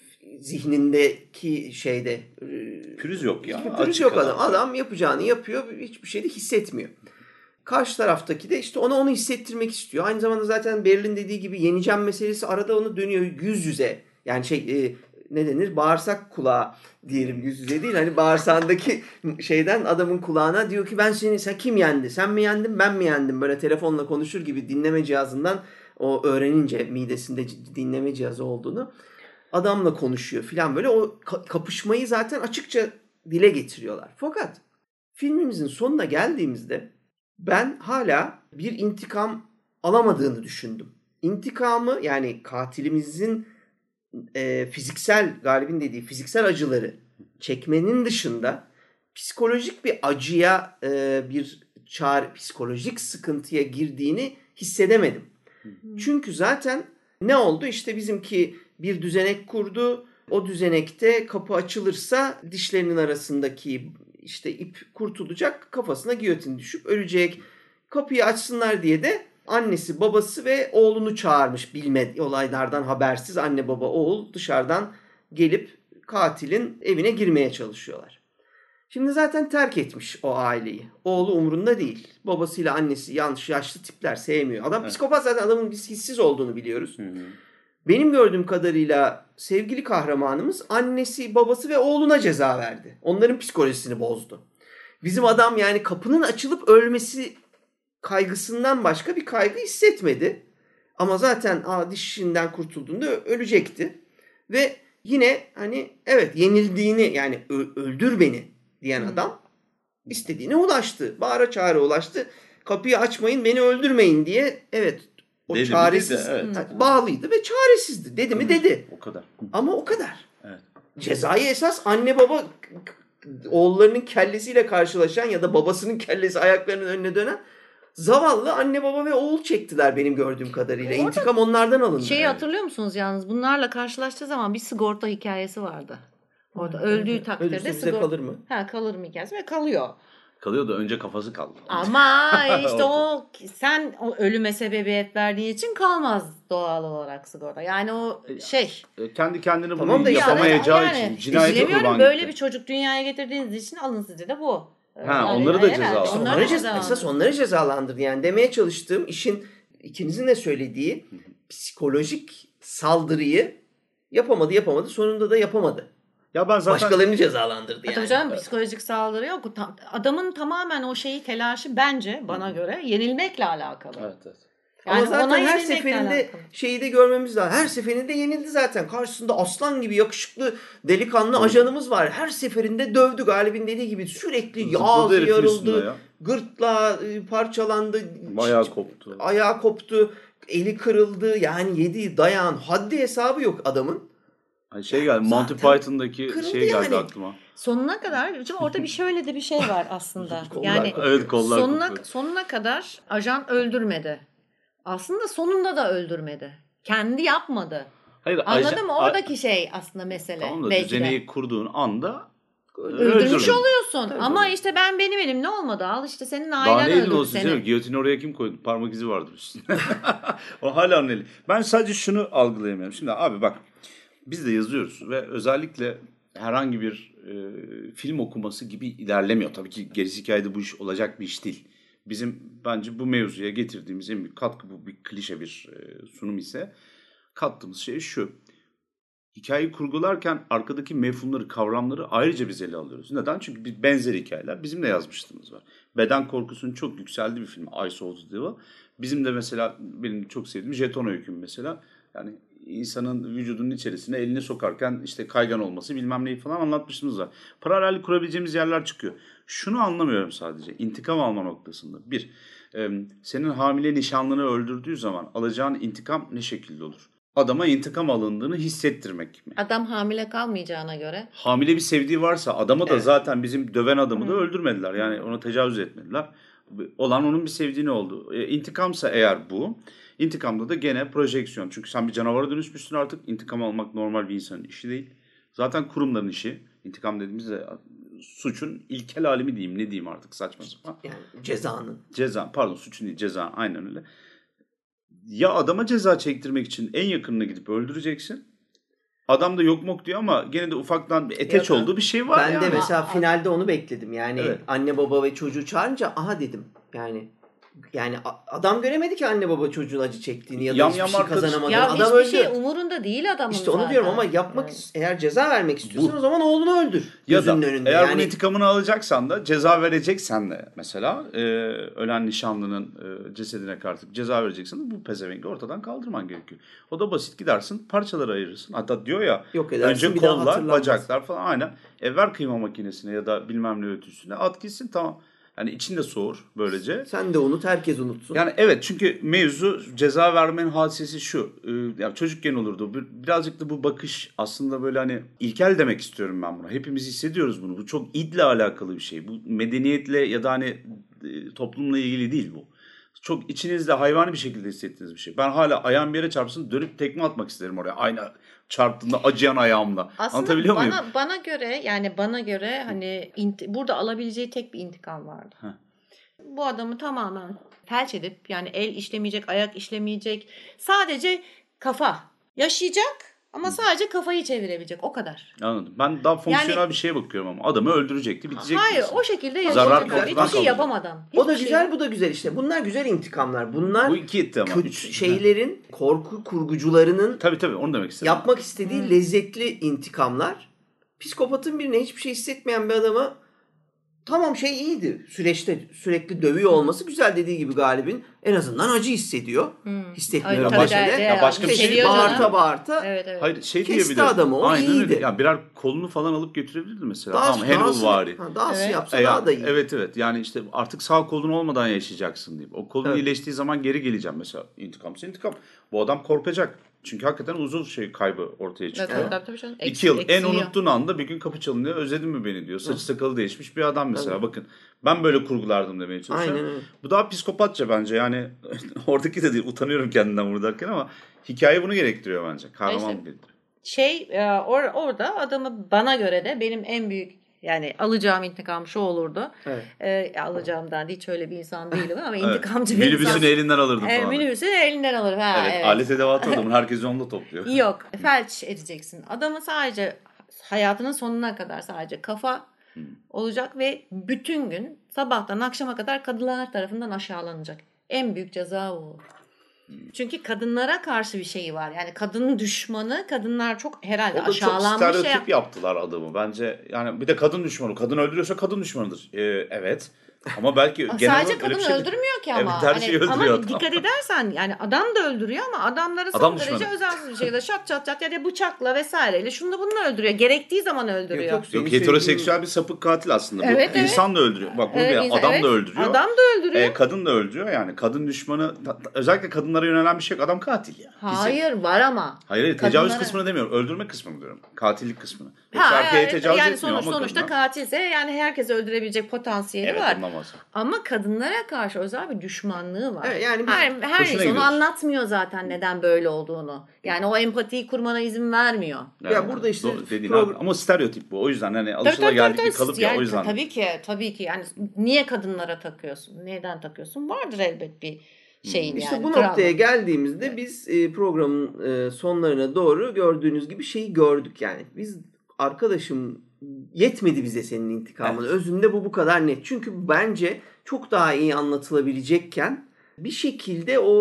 zihnindeki şeyde. e, Pürüz yok ya. Hiçbir pürüz Açık yok adam. adam. Adam yapacağını yapıyor. Hiçbir şey de hissetmiyor. Karşı taraftaki de işte ona onu hissettirmek istiyor. Aynı zamanda zaten Berlin dediği gibi yeneceğim meselesi arada onu dönüyor yüz yüze. Yani şey e, ne denir? Bağırsak kulağı diyelim, yüz yüze değil. Hani bağırsağındaki şeyden adamın kulağına diyor ki ben seni, sen kim yendi? Sen mi yendin, ben mi yendim? Böyle telefonla konuşur gibi dinleme cihazından o öğrenince midesinde dinleme cihazı olduğunu adamla konuşuyor filan, böyle o kapışmayı zaten açıkça dile getiriyorlar. Fakat filmimizin sonuna geldiğimizde ben hala bir intikam alamadığını düşündüm. İntikamı, yani katilimizin e, fiziksel, Galip'in dediği fiziksel acıları çekmenin dışında psikolojik bir acıya, e, bir çare, psikolojik sıkıntıya girdiğini hissedemedim. Hmm. Çünkü zaten ne oldu? İşte bizimki bir düzenek kurdu. O düzenekte kapı açılırsa dişlerinin arasındaki işte ip kurtulacak, kafasına giyotin düşüp ölecek. Kapıyı açsınlar diye de annesi, babası ve oğlunu çağırmış, bilmedi olaylardan habersiz anne, baba, oğul dışarıdan gelip katilin evine girmeye çalışıyorlar. Şimdi zaten terk etmiş o aileyi. Oğlu umurunda değil. Babasıyla annesi yanlış, yaşlı tipler, sevmiyor. Adam evet. Psikopat, zaten adamın biz hissiz olduğunu biliyoruz. Hı hı. Benim gördüğüm kadarıyla sevgili kahramanımız annesi, babası ve oğluna ceza verdi. Onların psikolojisini bozdu. Bizim adam yani kapının açılıp ölmesi kaygısından başka bir kaygı hissetmedi. Ama zaten aa, dişinden kurtulduğunda ölecekti. Ve yine hani evet yenildiğini, yani öldür beni diyen adam istediğine ulaştı. Bağıra çağıra ulaştı. Kapıyı açmayın, beni öldürmeyin diye. Evet, o dedi çaresiz, dedi, evet. bağlıydı ve çaresizdi. Dedi mi dedi. O kadar. Ama o kadar. Evet. Cezayı esas anne baba oğullarının kellesiyle karşılaşan ya da babasının kellesi ayaklarının önüne dönen zavallı anne baba ve oğul çektiler benim gördüğüm kadarıyla. Orada İntikam onlardan alındı. Şeyi yani. Hatırlıyor musunuz yalnız? Bunlarla karşılaştığı zaman bir sigorta hikayesi vardı. Orada ha, öldüğü evet. takdirde Ölürse bize kalır mı? Ha, kalır mı hikayesi ve kalıyor. Kalıyor da önce kafası kaldı. Ama işte o sen o ölüme sebebiyet verdiği için kalmaz doğal olarak sigorta. Yani o şey. Kendi kendine bunu tamam da yapamayacağı yani, için cinayete kurban böyle gitti. bir çocuk dünyaya getirdiğiniz için alın size de bu. Ha, yani, onları da cezalandırdı. Onları ceza, esas onları cezalandırdı. Yani demeye çalıştığım işin ikinizin de söylediği psikolojik saldırıyı yapamadı yapamadı sonunda da yapamadı. Ya ben zaten başkalarını cezalandırdı yani. Tabii canım, psikolojik saldırı yok. Adamın tamamen o şeyi telaşı bence bana göre yenilmekle alakalı. Evet, evet. Yani ama zaten her seferinde alakalı. Şeyi de görmemiz lazım. Her seferinde yenildi zaten. Karşısında aslan gibi yakışıklı delikanlı ajanımız var. Her seferinde dövdü, Galip'in dediği gibi. Sürekli ağzı yarıldı. Ya. Gırtlağı parçalandı. Ayağı koptu. Ayağı koptu. Eli kırıldı. Yani yediği dayağın haddi hesabı yok adamın. Şey geldi, Monty Python'daki şey geldi yani aklıma. Sonuna kadar orada bir şöyle de bir şey var aslında. yani evet, kollar sonuna kopuyor. Sonuna kadar ajan öldürmedi. Aslında sonunda da öldürmedi. Kendi yapmadı. Hayır, Anladın ajan, mı? Oradaki a- şey aslında mesele. Tamam da düzeneyi kurduğun anda öldürmüş Öldürdüm. oluyorsun. Tabii. Ama işte ben benim elimde olmadı. Al işte senin Daha ailen ne elin öldürdü olsun seni. canım? Giyotini oraya kim koydu? Parmak izi vardır üstünde. O hala onun eli. Ben sadece şunu algılayamıyorum. Şimdi abi bak biz de yazıyoruz ve özellikle herhangi bir e, film okuması gibi ilerlemiyor. Tabii ki gerisi hikayede bu iş olacak bir iş değil. Bizim bence bu mevzuya getirdiğimiz en büyük katkı, bu bir klişe bir e, sunum ise kattığımız şey şu. Hikayeyi kurgularken arkadaki mefhumları, kavramları ayrıca biz ele alıyoruz. Neden? Çünkü biz benzer hikayeler bizim de yazmışlığımız var. Beden korkusunun çok yükseldiği bir film Ice Old Devil. Bizim de mesela benim çok sevdiğim Jeton Öyküm mesela. Yani insanın vücudunun içerisine elini sokarken işte kaygan olması bilmem neyi falan anlatmışlığımız var. Paralel kurabileceğimiz yerler çıkıyor. Şunu anlamıyorum sadece intikam alma noktasında. Bir, e, senin hamile nişanlını öldürdüğü zaman alacağın intikam ne şekilde olur? Adama intikam alındığını hissettirmek mi? Adam hamile kalmayacağına göre. Hamile bir sevdiği varsa adama da Evet. zaten bizim döven adamı da öldürmediler. Yani ona tecavüz etmediler. Olan onun bir sevdiğini oldu. E, intikamsa eğer bu. İntikamda da gene projeksiyon. Çünkü sen bir canavara dönüşmüşsün artık. İntikam almak normal bir insanın işi değil. Zaten kurumların işi. İntikam dediğimizde suçun ilkel halimi diyeyim. Ne diyeyim artık saçma sapan. Yani cezanın. Ceza pardon suçun değil ceza aynen öyle. Ya adama ceza çektirmek için en yakınına gidip öldüreceksin. Adam da yok mok diyor ama gene de ufaktan bir eteç Ya da- olduğu bir şey var Ben yani. de mesela finalde onu bekledim. Yani Evet. anne baba ve çocuğu çağırınca aha dedim. Yani yani a- adam göremedi ki anne baba çocuğun acı çektiğini ya da Yam hiçbir yam şey arkadaş- kazanamadığını. Ya Adam hiçbir öldü. şey umurunda değil adamın İşte onu zaten. diyorum ama yapmak Evet. eğer ceza vermek istiyorsan Bu- o zaman oğlunu öldür. Ya Gözünün da önünde. eğer yani bunun intikamını alacaksan da ceza vereceksen de mesela e, ölen nişanlının e, cesedine karşı ceza vereceksen de bu pezevengi ortadan kaldırman gerekiyor. O da basit gidersin parçalara ayırırsın. Hatta diyor ya yok edersin önce bir daha kollar hatırlanmaz. bacaklar falan aynen. E, ver kıyma makinesine ya da bilmem ne ötüsüne at gitsin tamam. Yani içinde soğur böylece. Sen de unut herkes unutsun. Yani evet çünkü mevzu ceza vermenin hadisesi şu. Ee, yani çocukken olurdu. Bir- Birazcık da bu bakış aslında böyle hani ilkel demek istiyorum ben buna. Hepimiz hissediyoruz bunu. Bu çok idle alakalı bir şey. Bu medeniyetle ya da hani e, toplumla ilgili değil bu. Çok içinizde hayvani bir şekilde hissettiğiniz bir şey. Ben hala ayağım bir yere çarpsın dönüp tekme atmak isterim oraya. Aynı çarptığında acıyan ayağımla. Aslında Anlatabiliyor bana, muyum? bana göre yani bana göre hani inti- burada alabileceği tek bir intikam vardı. Heh. Bu adamı tamamen felç edip yani el işlemeyecek, ayak işlemeyecek. Sadece kafa yaşayacak ama sadece kafayı çevirebilecek o kadar. Anladım. Ben daha fonksiyonel Yani- bir şeye bakıyorum ama adamı öldürecekti bitecekti. Hayır mesela. o şekilde Zarar yaşayacak. kaldı, Hiçbir ben şey kaldım. yapamadan. O da Hiçbir güzel şey. bu da güzel işte. Bunlar güzel intikamlar. Bunlar Bu iki etti ama. kötü Üç. şeylerin korku kurgucularının Tabii tabii onu demek istedim. yapmak istediği lezzetli intikamlar. Psikopatın birine hiçbir şey hissetmeyen bir adama tamam şey iyiydi. Süreçte sürekli dövüyor olması güzel dediği gibi Galip'in. En azından acı hissediyor. Hissetmiyor Ay, ama tabii başka- de- başta. de- ya başka bir yani şey geliyor bağırta canım. bağırta. Evet evet. Hayır şey Kesti diyebilir. adamı, o Aynen iyiydi. öyle. Ya birer kolunu falan alıp götürebilirdi mesela. Daha, Tamam Hannibal vari. ha, dahası Evet. yapsa E ya, daha da iyi. evet evet yani işte artık sağ kolun olmadan yaşayacaksın deyip. O kolun Evet. iyileştiği zaman geri geleceğim mesela. İntikamsa intikam. Bu adam korkacak. Çünkü hakikaten uzun şey kaybı ortaya çıkıyor. Evet, tabii, tabii canım. İki Eksi- yıl en eksiyor. unuttuğun anda bir gün kapı çalınıyor. Özledin mi beni diyor. Saçı sakalı değişmiş bir adam mesela. Bakın ben böyle kurgulardım demeye çalışıyorum. Aynen öyle. Bu daha psikopatça bence. Yani oradaki de değil. Utanıyorum kendimden bunu derken ama hikaye bunu gerektiriyor bence. Kahraman İşte- gerektiriyor. Şey e, or- orada adamı bana göre de benim en büyük yani alacağım intikam şu olurdu. Evet. E, alacağımdan hiç öyle bir insan değilim ama Evet. intikamcı bir insan. Minibüsünü elinden alırdım Evet, falan. minibüsü elinden alırım. Ha, Evet, evet. alet edevatı adamın. Herkes onunla topluyor. Yok felç edeceksin. Adamı sadece hayatının sonuna kadar sadece kafa olacak ve bütün gün sabahtan akşama kadar kadınlar tarafından aşağılanacak. En büyük ceza o olur. Çünkü kadınlara karşı bir şeyi var. Yani kadın düşmanı, kadınlar çok herhalde O da çok aşağılanmış şey. stereotip yaptılar adamı bence. Yani bir de kadın düşmanı. Kadın öldürüyorsa kadın düşmanıdır. Ee, evet. Ama belki genel Sadece olarak öyle kadın bir şey değil. öldürmüyor ki Evet, ama. her Hani şeyi öldürüyor ama adam. dikkat edersen yani adam da öldürüyor ama adamları son Adam derece düşmanı. özensiz bir şekilde şat çat çat ya da bıçakla vesaireyle şunu bununla öldürüyor. Gerektiği zaman öldürüyor. Yok, yok, Yok senin heteroseksüel söylediğin- bir sapık katil aslında. Bu Evet, evet. insan da öldürüyor. Bak bunu Evet, bir insan- adam evet. da öldürüyor. Adam da öldürüyor. Ee, kadın da öldürüyor yani. Kadın düşmanı ta- ta- özellikle kadınlara yönelen bir şey yok. Adam katil ya. Bizi- Hayır var ama. Hayır, hayır tecavüz Kadınlara- kısmını demiyorum. Öldürme kısmını diyorum. Katillik kısmını. Yoksa Ha, erkeğe evet, tecavüz yani etmiyor sonuç, ama sonuçta kadına. katilse yani herkesi öldürebilecek potansiyeli Evet, var. ondan olamaz. Ama kadınlara karşı özel bir düşmanlığı var. Evet, yani biz- her her Hoşuna neyse onu gidiyor. anlatmıyor zaten neden böyle olduğunu. Yani o empatiyi kurmana izin vermiyor. Ya burada işte doğru dediğin program- abi. Ama stereotip bu. O yüzden hani Tabii, alışılageldik tabii, bir tabii. kalıp ya Yani o yüzden. Tabii ki, tabii ki. Yani niye kadınlara takıyorsun? Neden takıyorsun? Vardır elbet bir şeyin İşte yani. bu travma. noktaya geldiğimizde biz e, programın e, sonlarına doğru gördüğünüz gibi şeyi gördük yani. Biz arkadaşım yetmedi bize senin intikamın. Evet. Özünde bu bu kadar net. Çünkü bence çok daha iyi anlatılabilecekken bir şekilde o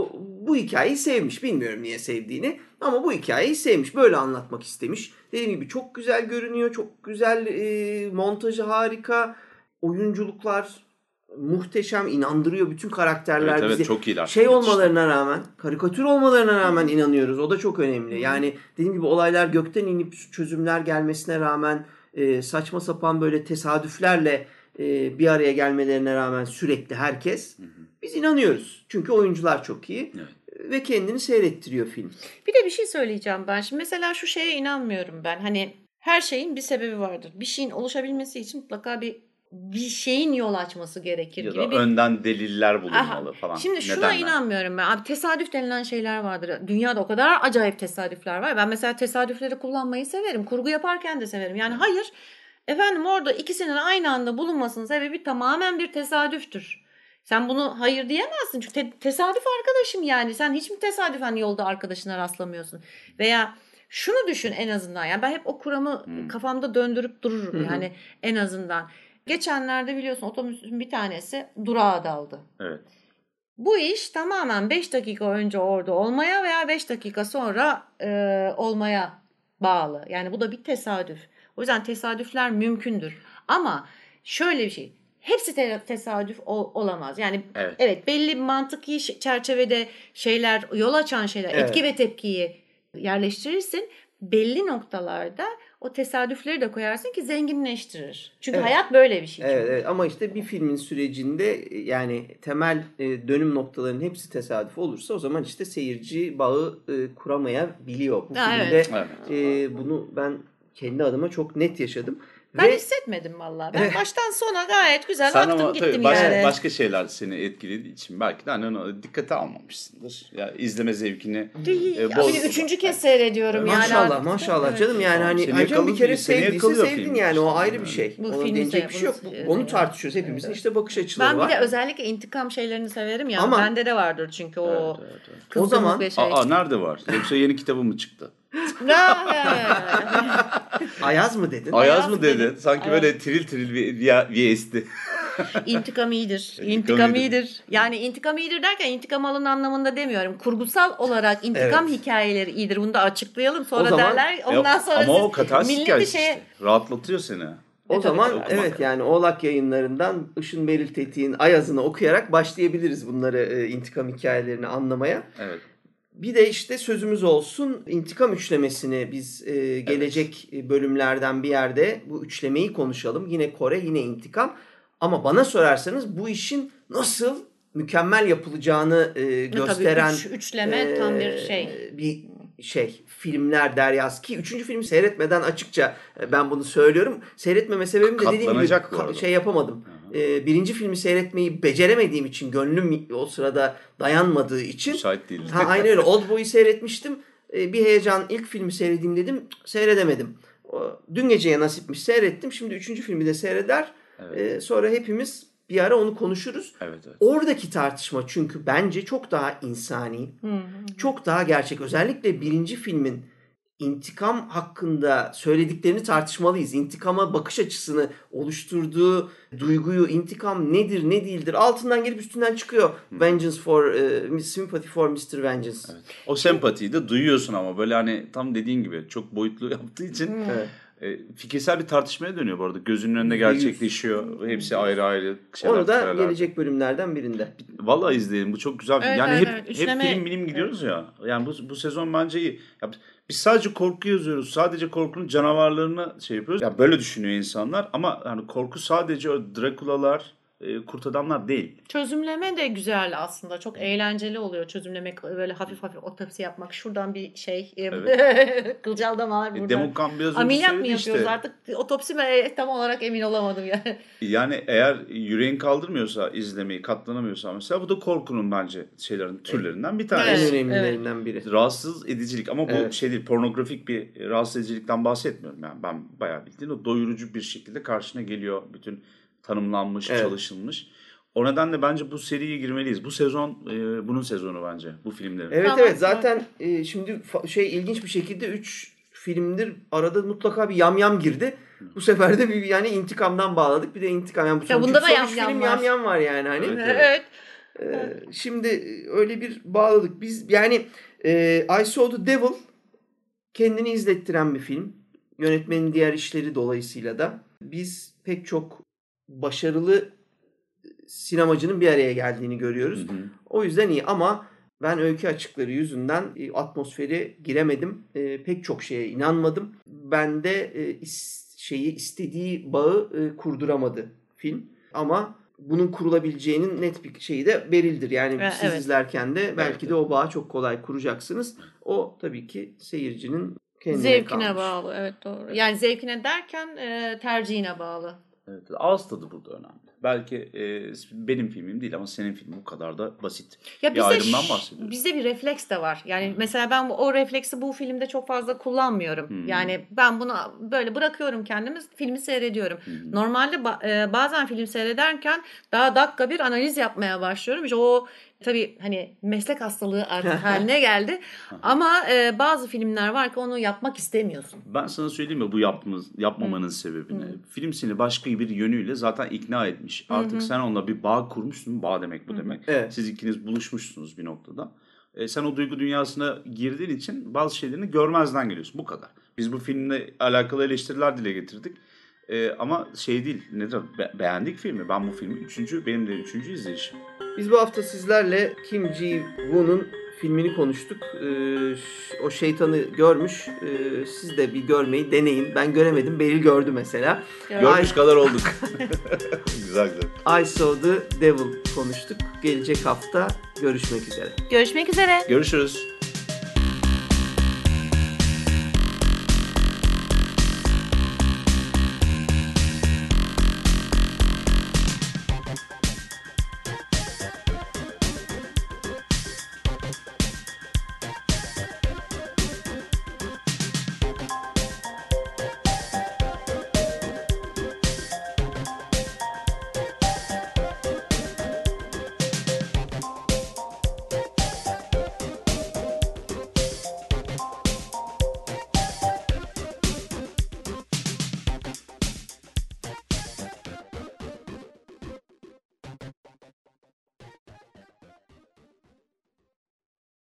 bu hikayeyi sevmiş. Bilmiyorum niye sevdiğini ama bu hikayeyi sevmiş. Böyle anlatmak istemiş. Dediğim gibi çok güzel görünüyor. Çok güzel e, montajı harika. Oyunculuklar muhteşem, inandırıyor bütün karakterler Evet, evet, bizi. çok iyiler. Şey Müthiş. olmalarına rağmen, karikatür olmalarına rağmen inanıyoruz. O da çok önemli. Yani dediğim gibi olaylar gökten inip çözümler gelmesine rağmen e, saçma sapan böyle tesadüflerle e, bir araya gelmelerine rağmen sürekli herkes biz inanıyoruz. Çünkü oyuncular çok iyi. Evet. Ve kendini seyrettiriyor film. Bir de bir şey söyleyeceğim ben. Şimdi mesela şu şeye inanmıyorum ben. Hani her şeyin bir sebebi vardır. Bir şeyin oluşabilmesi için mutlaka bir bir şeyin yol açması gerekir Ya gibi da bir... önden deliller bulunmalı Aha. falan. Şimdi şuna Nedenler? inanmıyorum ben. Abi tesadüf denilen şeyler vardır. Dünyada o kadar acayip tesadüfler var. Ben mesela tesadüfleri kullanmayı severim. Kurgu yaparken de severim. Yani hayır. Efendim orada ikisinin aynı anda bulunmasının sebebi tamamen bir tesadüftür. Sen bunu hayır diyemezsin. Çünkü te- tesadüf arkadaşım yani. Sen hiç mi tesadüfen yolda arkadaşına rastlamıyorsun? Veya şunu düşün en azından. Yani ben hep o kuramı Hmm. kafamda döndürüp dururum. Hı hı. Yani en azından. Geçenlerde biliyorsun otobüsün bir tanesi durağa daldı. Evet. Bu iş tamamen beş dakika önce orada olmaya veya beş dakika sonra e, olmaya bağlı. Yani bu da bir tesadüf. O yüzden tesadüfler mümkündür. Ama şöyle bir şey. Hepsi te- tesadüf ol- olamaz. Yani Evet. evet belli bir mantıki ş- çerçevede şeyler, yol açan şeyler, Evet. etki ve tepkiyi yerleştirirsin. Belli noktalarda o tesadüfleri de koyarsın ki zenginleştirir. Çünkü Evet. hayat böyle bir şey. Evet, çünkü. evet ama işte bir filmin sürecinde e, yani temel e, dönüm noktalarının hepsi tesadüf olursa o zaman işte seyirci bağı e, kuramayabiliyor. Bu Ha, filmde evet. Evet. e, bunu ben kendi adıma çok net yaşadım. Ben Ve hissetmedim vallahi. Ben baştan sona gayet güzel Sen aktım ama gittim tabii başka, yani. başka şeyler seni etkilediği için belki de hani onu dikkate almamışsındır. Ya izleme zevkini Değil. e, Ya boz. bir de üçüncü kez seyrediyorum yani. maşallah artık. maşallah Evet. canım yani Tamam, hani seni Aycan bir yakaladı kere değil, seni sevdiyse yakalıyor sevdin film yani o işte. ayrı bir Yani. şey. Bu Ona filmi denecek sev- bir şey yok. bunu Bu- sev- Onu evet. tartışıyoruz. Hepimizin Evet. işte bakış açıları Ben bir var. de özellikle intikam şeylerini severim ya. Ama- Bende de vardır çünkü o Evet, evet, evet. kızgınlık O zaman- ve şey. Aa nerede var? Yoksa yeni kitabı mı çıktı? Ayaz mı dedin? Ayaz Ayaz mı dedin? dedim. Sanki Ayaz. böyle tril tril bir, bir, bir esti. İntikam iyidir. İntikam İntikam iyidir. iyidir. Yani intikam iyidir derken intikam alın anlamında demiyorum. Kurgusal olarak intikam Evet. hikayeleri iyidir. Bunu da açıklayalım. Sonra O zaman- derler. Ondan sonra Ama siz o katarsis milleti hikayesi şeye... işte. Rahatlatıyor seni. O E, zaman tabii, tabii. evet yani Oğlak Yayınları'ndan Işın Beril Tetik'in Ayaz'ını okuyarak başlayabiliriz bunları e, intikam hikayelerini anlamaya. Evet. Bir de işte sözümüz olsun intikam üçlemesini biz e, gelecek bölümlerden bir yerde bu üçlemeyi konuşalım. Yine Kore yine intikam ama bana sorarsanız bu işin nasıl mükemmel yapılacağını e, gösteren Tabii üç, üçleme tam bir e, şey. bir şey filmler deryası ki üçüncü filmi seyretmeden açıkça e, ben bunu söylüyorum. Seyretmeme sebebim de dediğim gibi Katlanacak bu ka- arada. şey yapamadım. E, birinci filmi seyretmeyi beceremediğim için gönlüm o sırada dayanmadığı için Müsait değildi. ha, aynı öyle Oldboy'u seyretmiştim. E, bir heyecan ilk filmi seyredeyim dedim seyredemedim. O, dün geceye nasipmiş seyrettim. Şimdi üçüncü filmi de seyreder. Evet. E, sonra hepimiz bir ara onu konuşuruz. Evet, evet. Oradaki tartışma çünkü bence çok daha insani, çok daha gerçek. Özellikle birinci filmin intikam hakkında söylediklerini tartışmalıyız. İntikama bakış açısını oluşturduğu duyguyu, intikam nedir, ne değildir altından gelip üstünden çıkıyor. Vengeance for, e, Sympathy for mister Vengeance. Evet. O sempatiyi de duyuyorsun ama böyle hani tam dediğin gibi çok boyutlu yaptığı için Evet. e, fikirsel bir tartışmaya dönüyor bu arada. Gözünün önünde Yüzde yüz. gerçekleşiyor. Hepsi ayrı ayrı şeyler. Onu da söyler. gelecek bölümlerden birinde. Vallahi izleyelim. Bu çok güzel. bir film. Evet, yani evet, hep evet. hep Üçleme- film bilim gidiyoruz ya. Yani bu bu sezon bence iyi. Ya biz sadece korku yazıyoruz. Sadece korkunun canavarlarını şey yapıyoruz. Ya böyle düşünüyor insanlar ama hani korku sadece o Drakula'lar, e, kurt adamlar değil. Çözümleme de güzel aslında. Çok eğlenceli oluyor çözümlemek. Böyle hafif hafif otopsi yapmak. Şuradan bir şey. Evet. Kılcal damar buradan. E, Demokan biraz önce Ameliyat mı söyledi yapıyoruz işte. artık? Otopsi mi? Tam olarak emin olamadım yani. Yani eğer yüreğin kaldırmıyorsa izlemeyi, katlanamıyorsa mesela bu da korkunun bence şeylerin türlerinden bir tanesi. En Evet, önemlilerinden biri. Rahatsız edicilik ama bu Evet. şey değil, pornografik bir rahatsız edicilikten bahsetmiyorum. Yani ben bayağı bildiğin o doyurucu bir şekilde karşına geliyor. Bütün tanımlanmış, Evet. çalışılmış. O nedenle bence bu seriye girmeliyiz. Bu sezon e, bunun sezonu bence bu filmlerin. Evet Tamam, evet zaten e, şimdi fa- şey ilginç bir şekilde üç filmdir arada mutlaka bir yamyam girdi. Bu sefer de bir yani intikamdan bağladık. Bir de intikam yani bu Ya son, bunda çünkü da son üç yamyam film var. yamyam var yani hani. Evet. Evet. Ee, şimdi öyle bir bağladık. Biz yani e, I Saw the Devil kendini izlettiren bir film. Yönetmenin diğer işleri dolayısıyla da biz pek çok başarılı sinemacının bir araya geldiğini görüyoruz. Hı hı. O yüzden iyi ama ben öykü açıkları yüzünden e, atmosferi giremedim. E, pek çok şeye inanmadım. Bende e, is- şeyi istediği bağı e, kurduramadı film. Ama bunun kurulabileceğinin net bir şeyi de verildir. Yani Evet, siz evet. izlerken de belki Evet. de o bağı çok kolay kuracaksınız. O tabii ki seyircinin kendine Zevkine kalmış. bağlı. Evet doğru. Yani zevkine derken e, tercihine bağlı. Evet, ağız tadı burada önemli. Belki e, benim filmim değil ama senin filmin bu kadar da basit. Ya bir bize, ayrımdan ş- bahsediyoruz. bize bir refleks de var. Yani mesela ben bu- o refleksi bu filmde çok fazla kullanmıyorum. Hmm. Yani ben bunu böyle bırakıyorum kendimi, filmi seyrediyorum. Hmm. Normalde ba- e, bazen film seyrederken daha dakika bir analiz yapmaya başlıyorum. İşte o tabii hani meslek hastalığı artık haline geldi. Ama e, bazı filmler var ki onu yapmak istemiyorsun. Ben sana söyleyeyim mi bu yapmamız, yapmamanın sebebini. Film seni başka bir yönüyle zaten ikna etmiş. Artık sen onunla bir bağ kurmuşsun. Bağ demek bu demek. Evet. Siz ikiniz buluşmuşsunuz bir noktada. E, sen o duygu dünyasına girdiğin için bazı şeylerini görmezden geliyorsun. Bu kadar. Biz bu filmle alakalı eleştiriler dile getirdik. E, ama şey değil. Nedir? Be- beğendik filmi. Ben bu filmi üçüncü, benim de üçüncü izleyişim. Biz bu hafta sizlerle Kim Ji-woon'un filmini konuştuk. Ee, o şeytanı görmüş. Ee, siz de bir görmeyi deneyin. Ben göremedim. Beril gördü mesela. Görmüş kadar olduk. Güzel güzel. I Saw the Devil konuştuk. Gelecek hafta görüşmek üzere. Görüşmek üzere. Görüşürüz.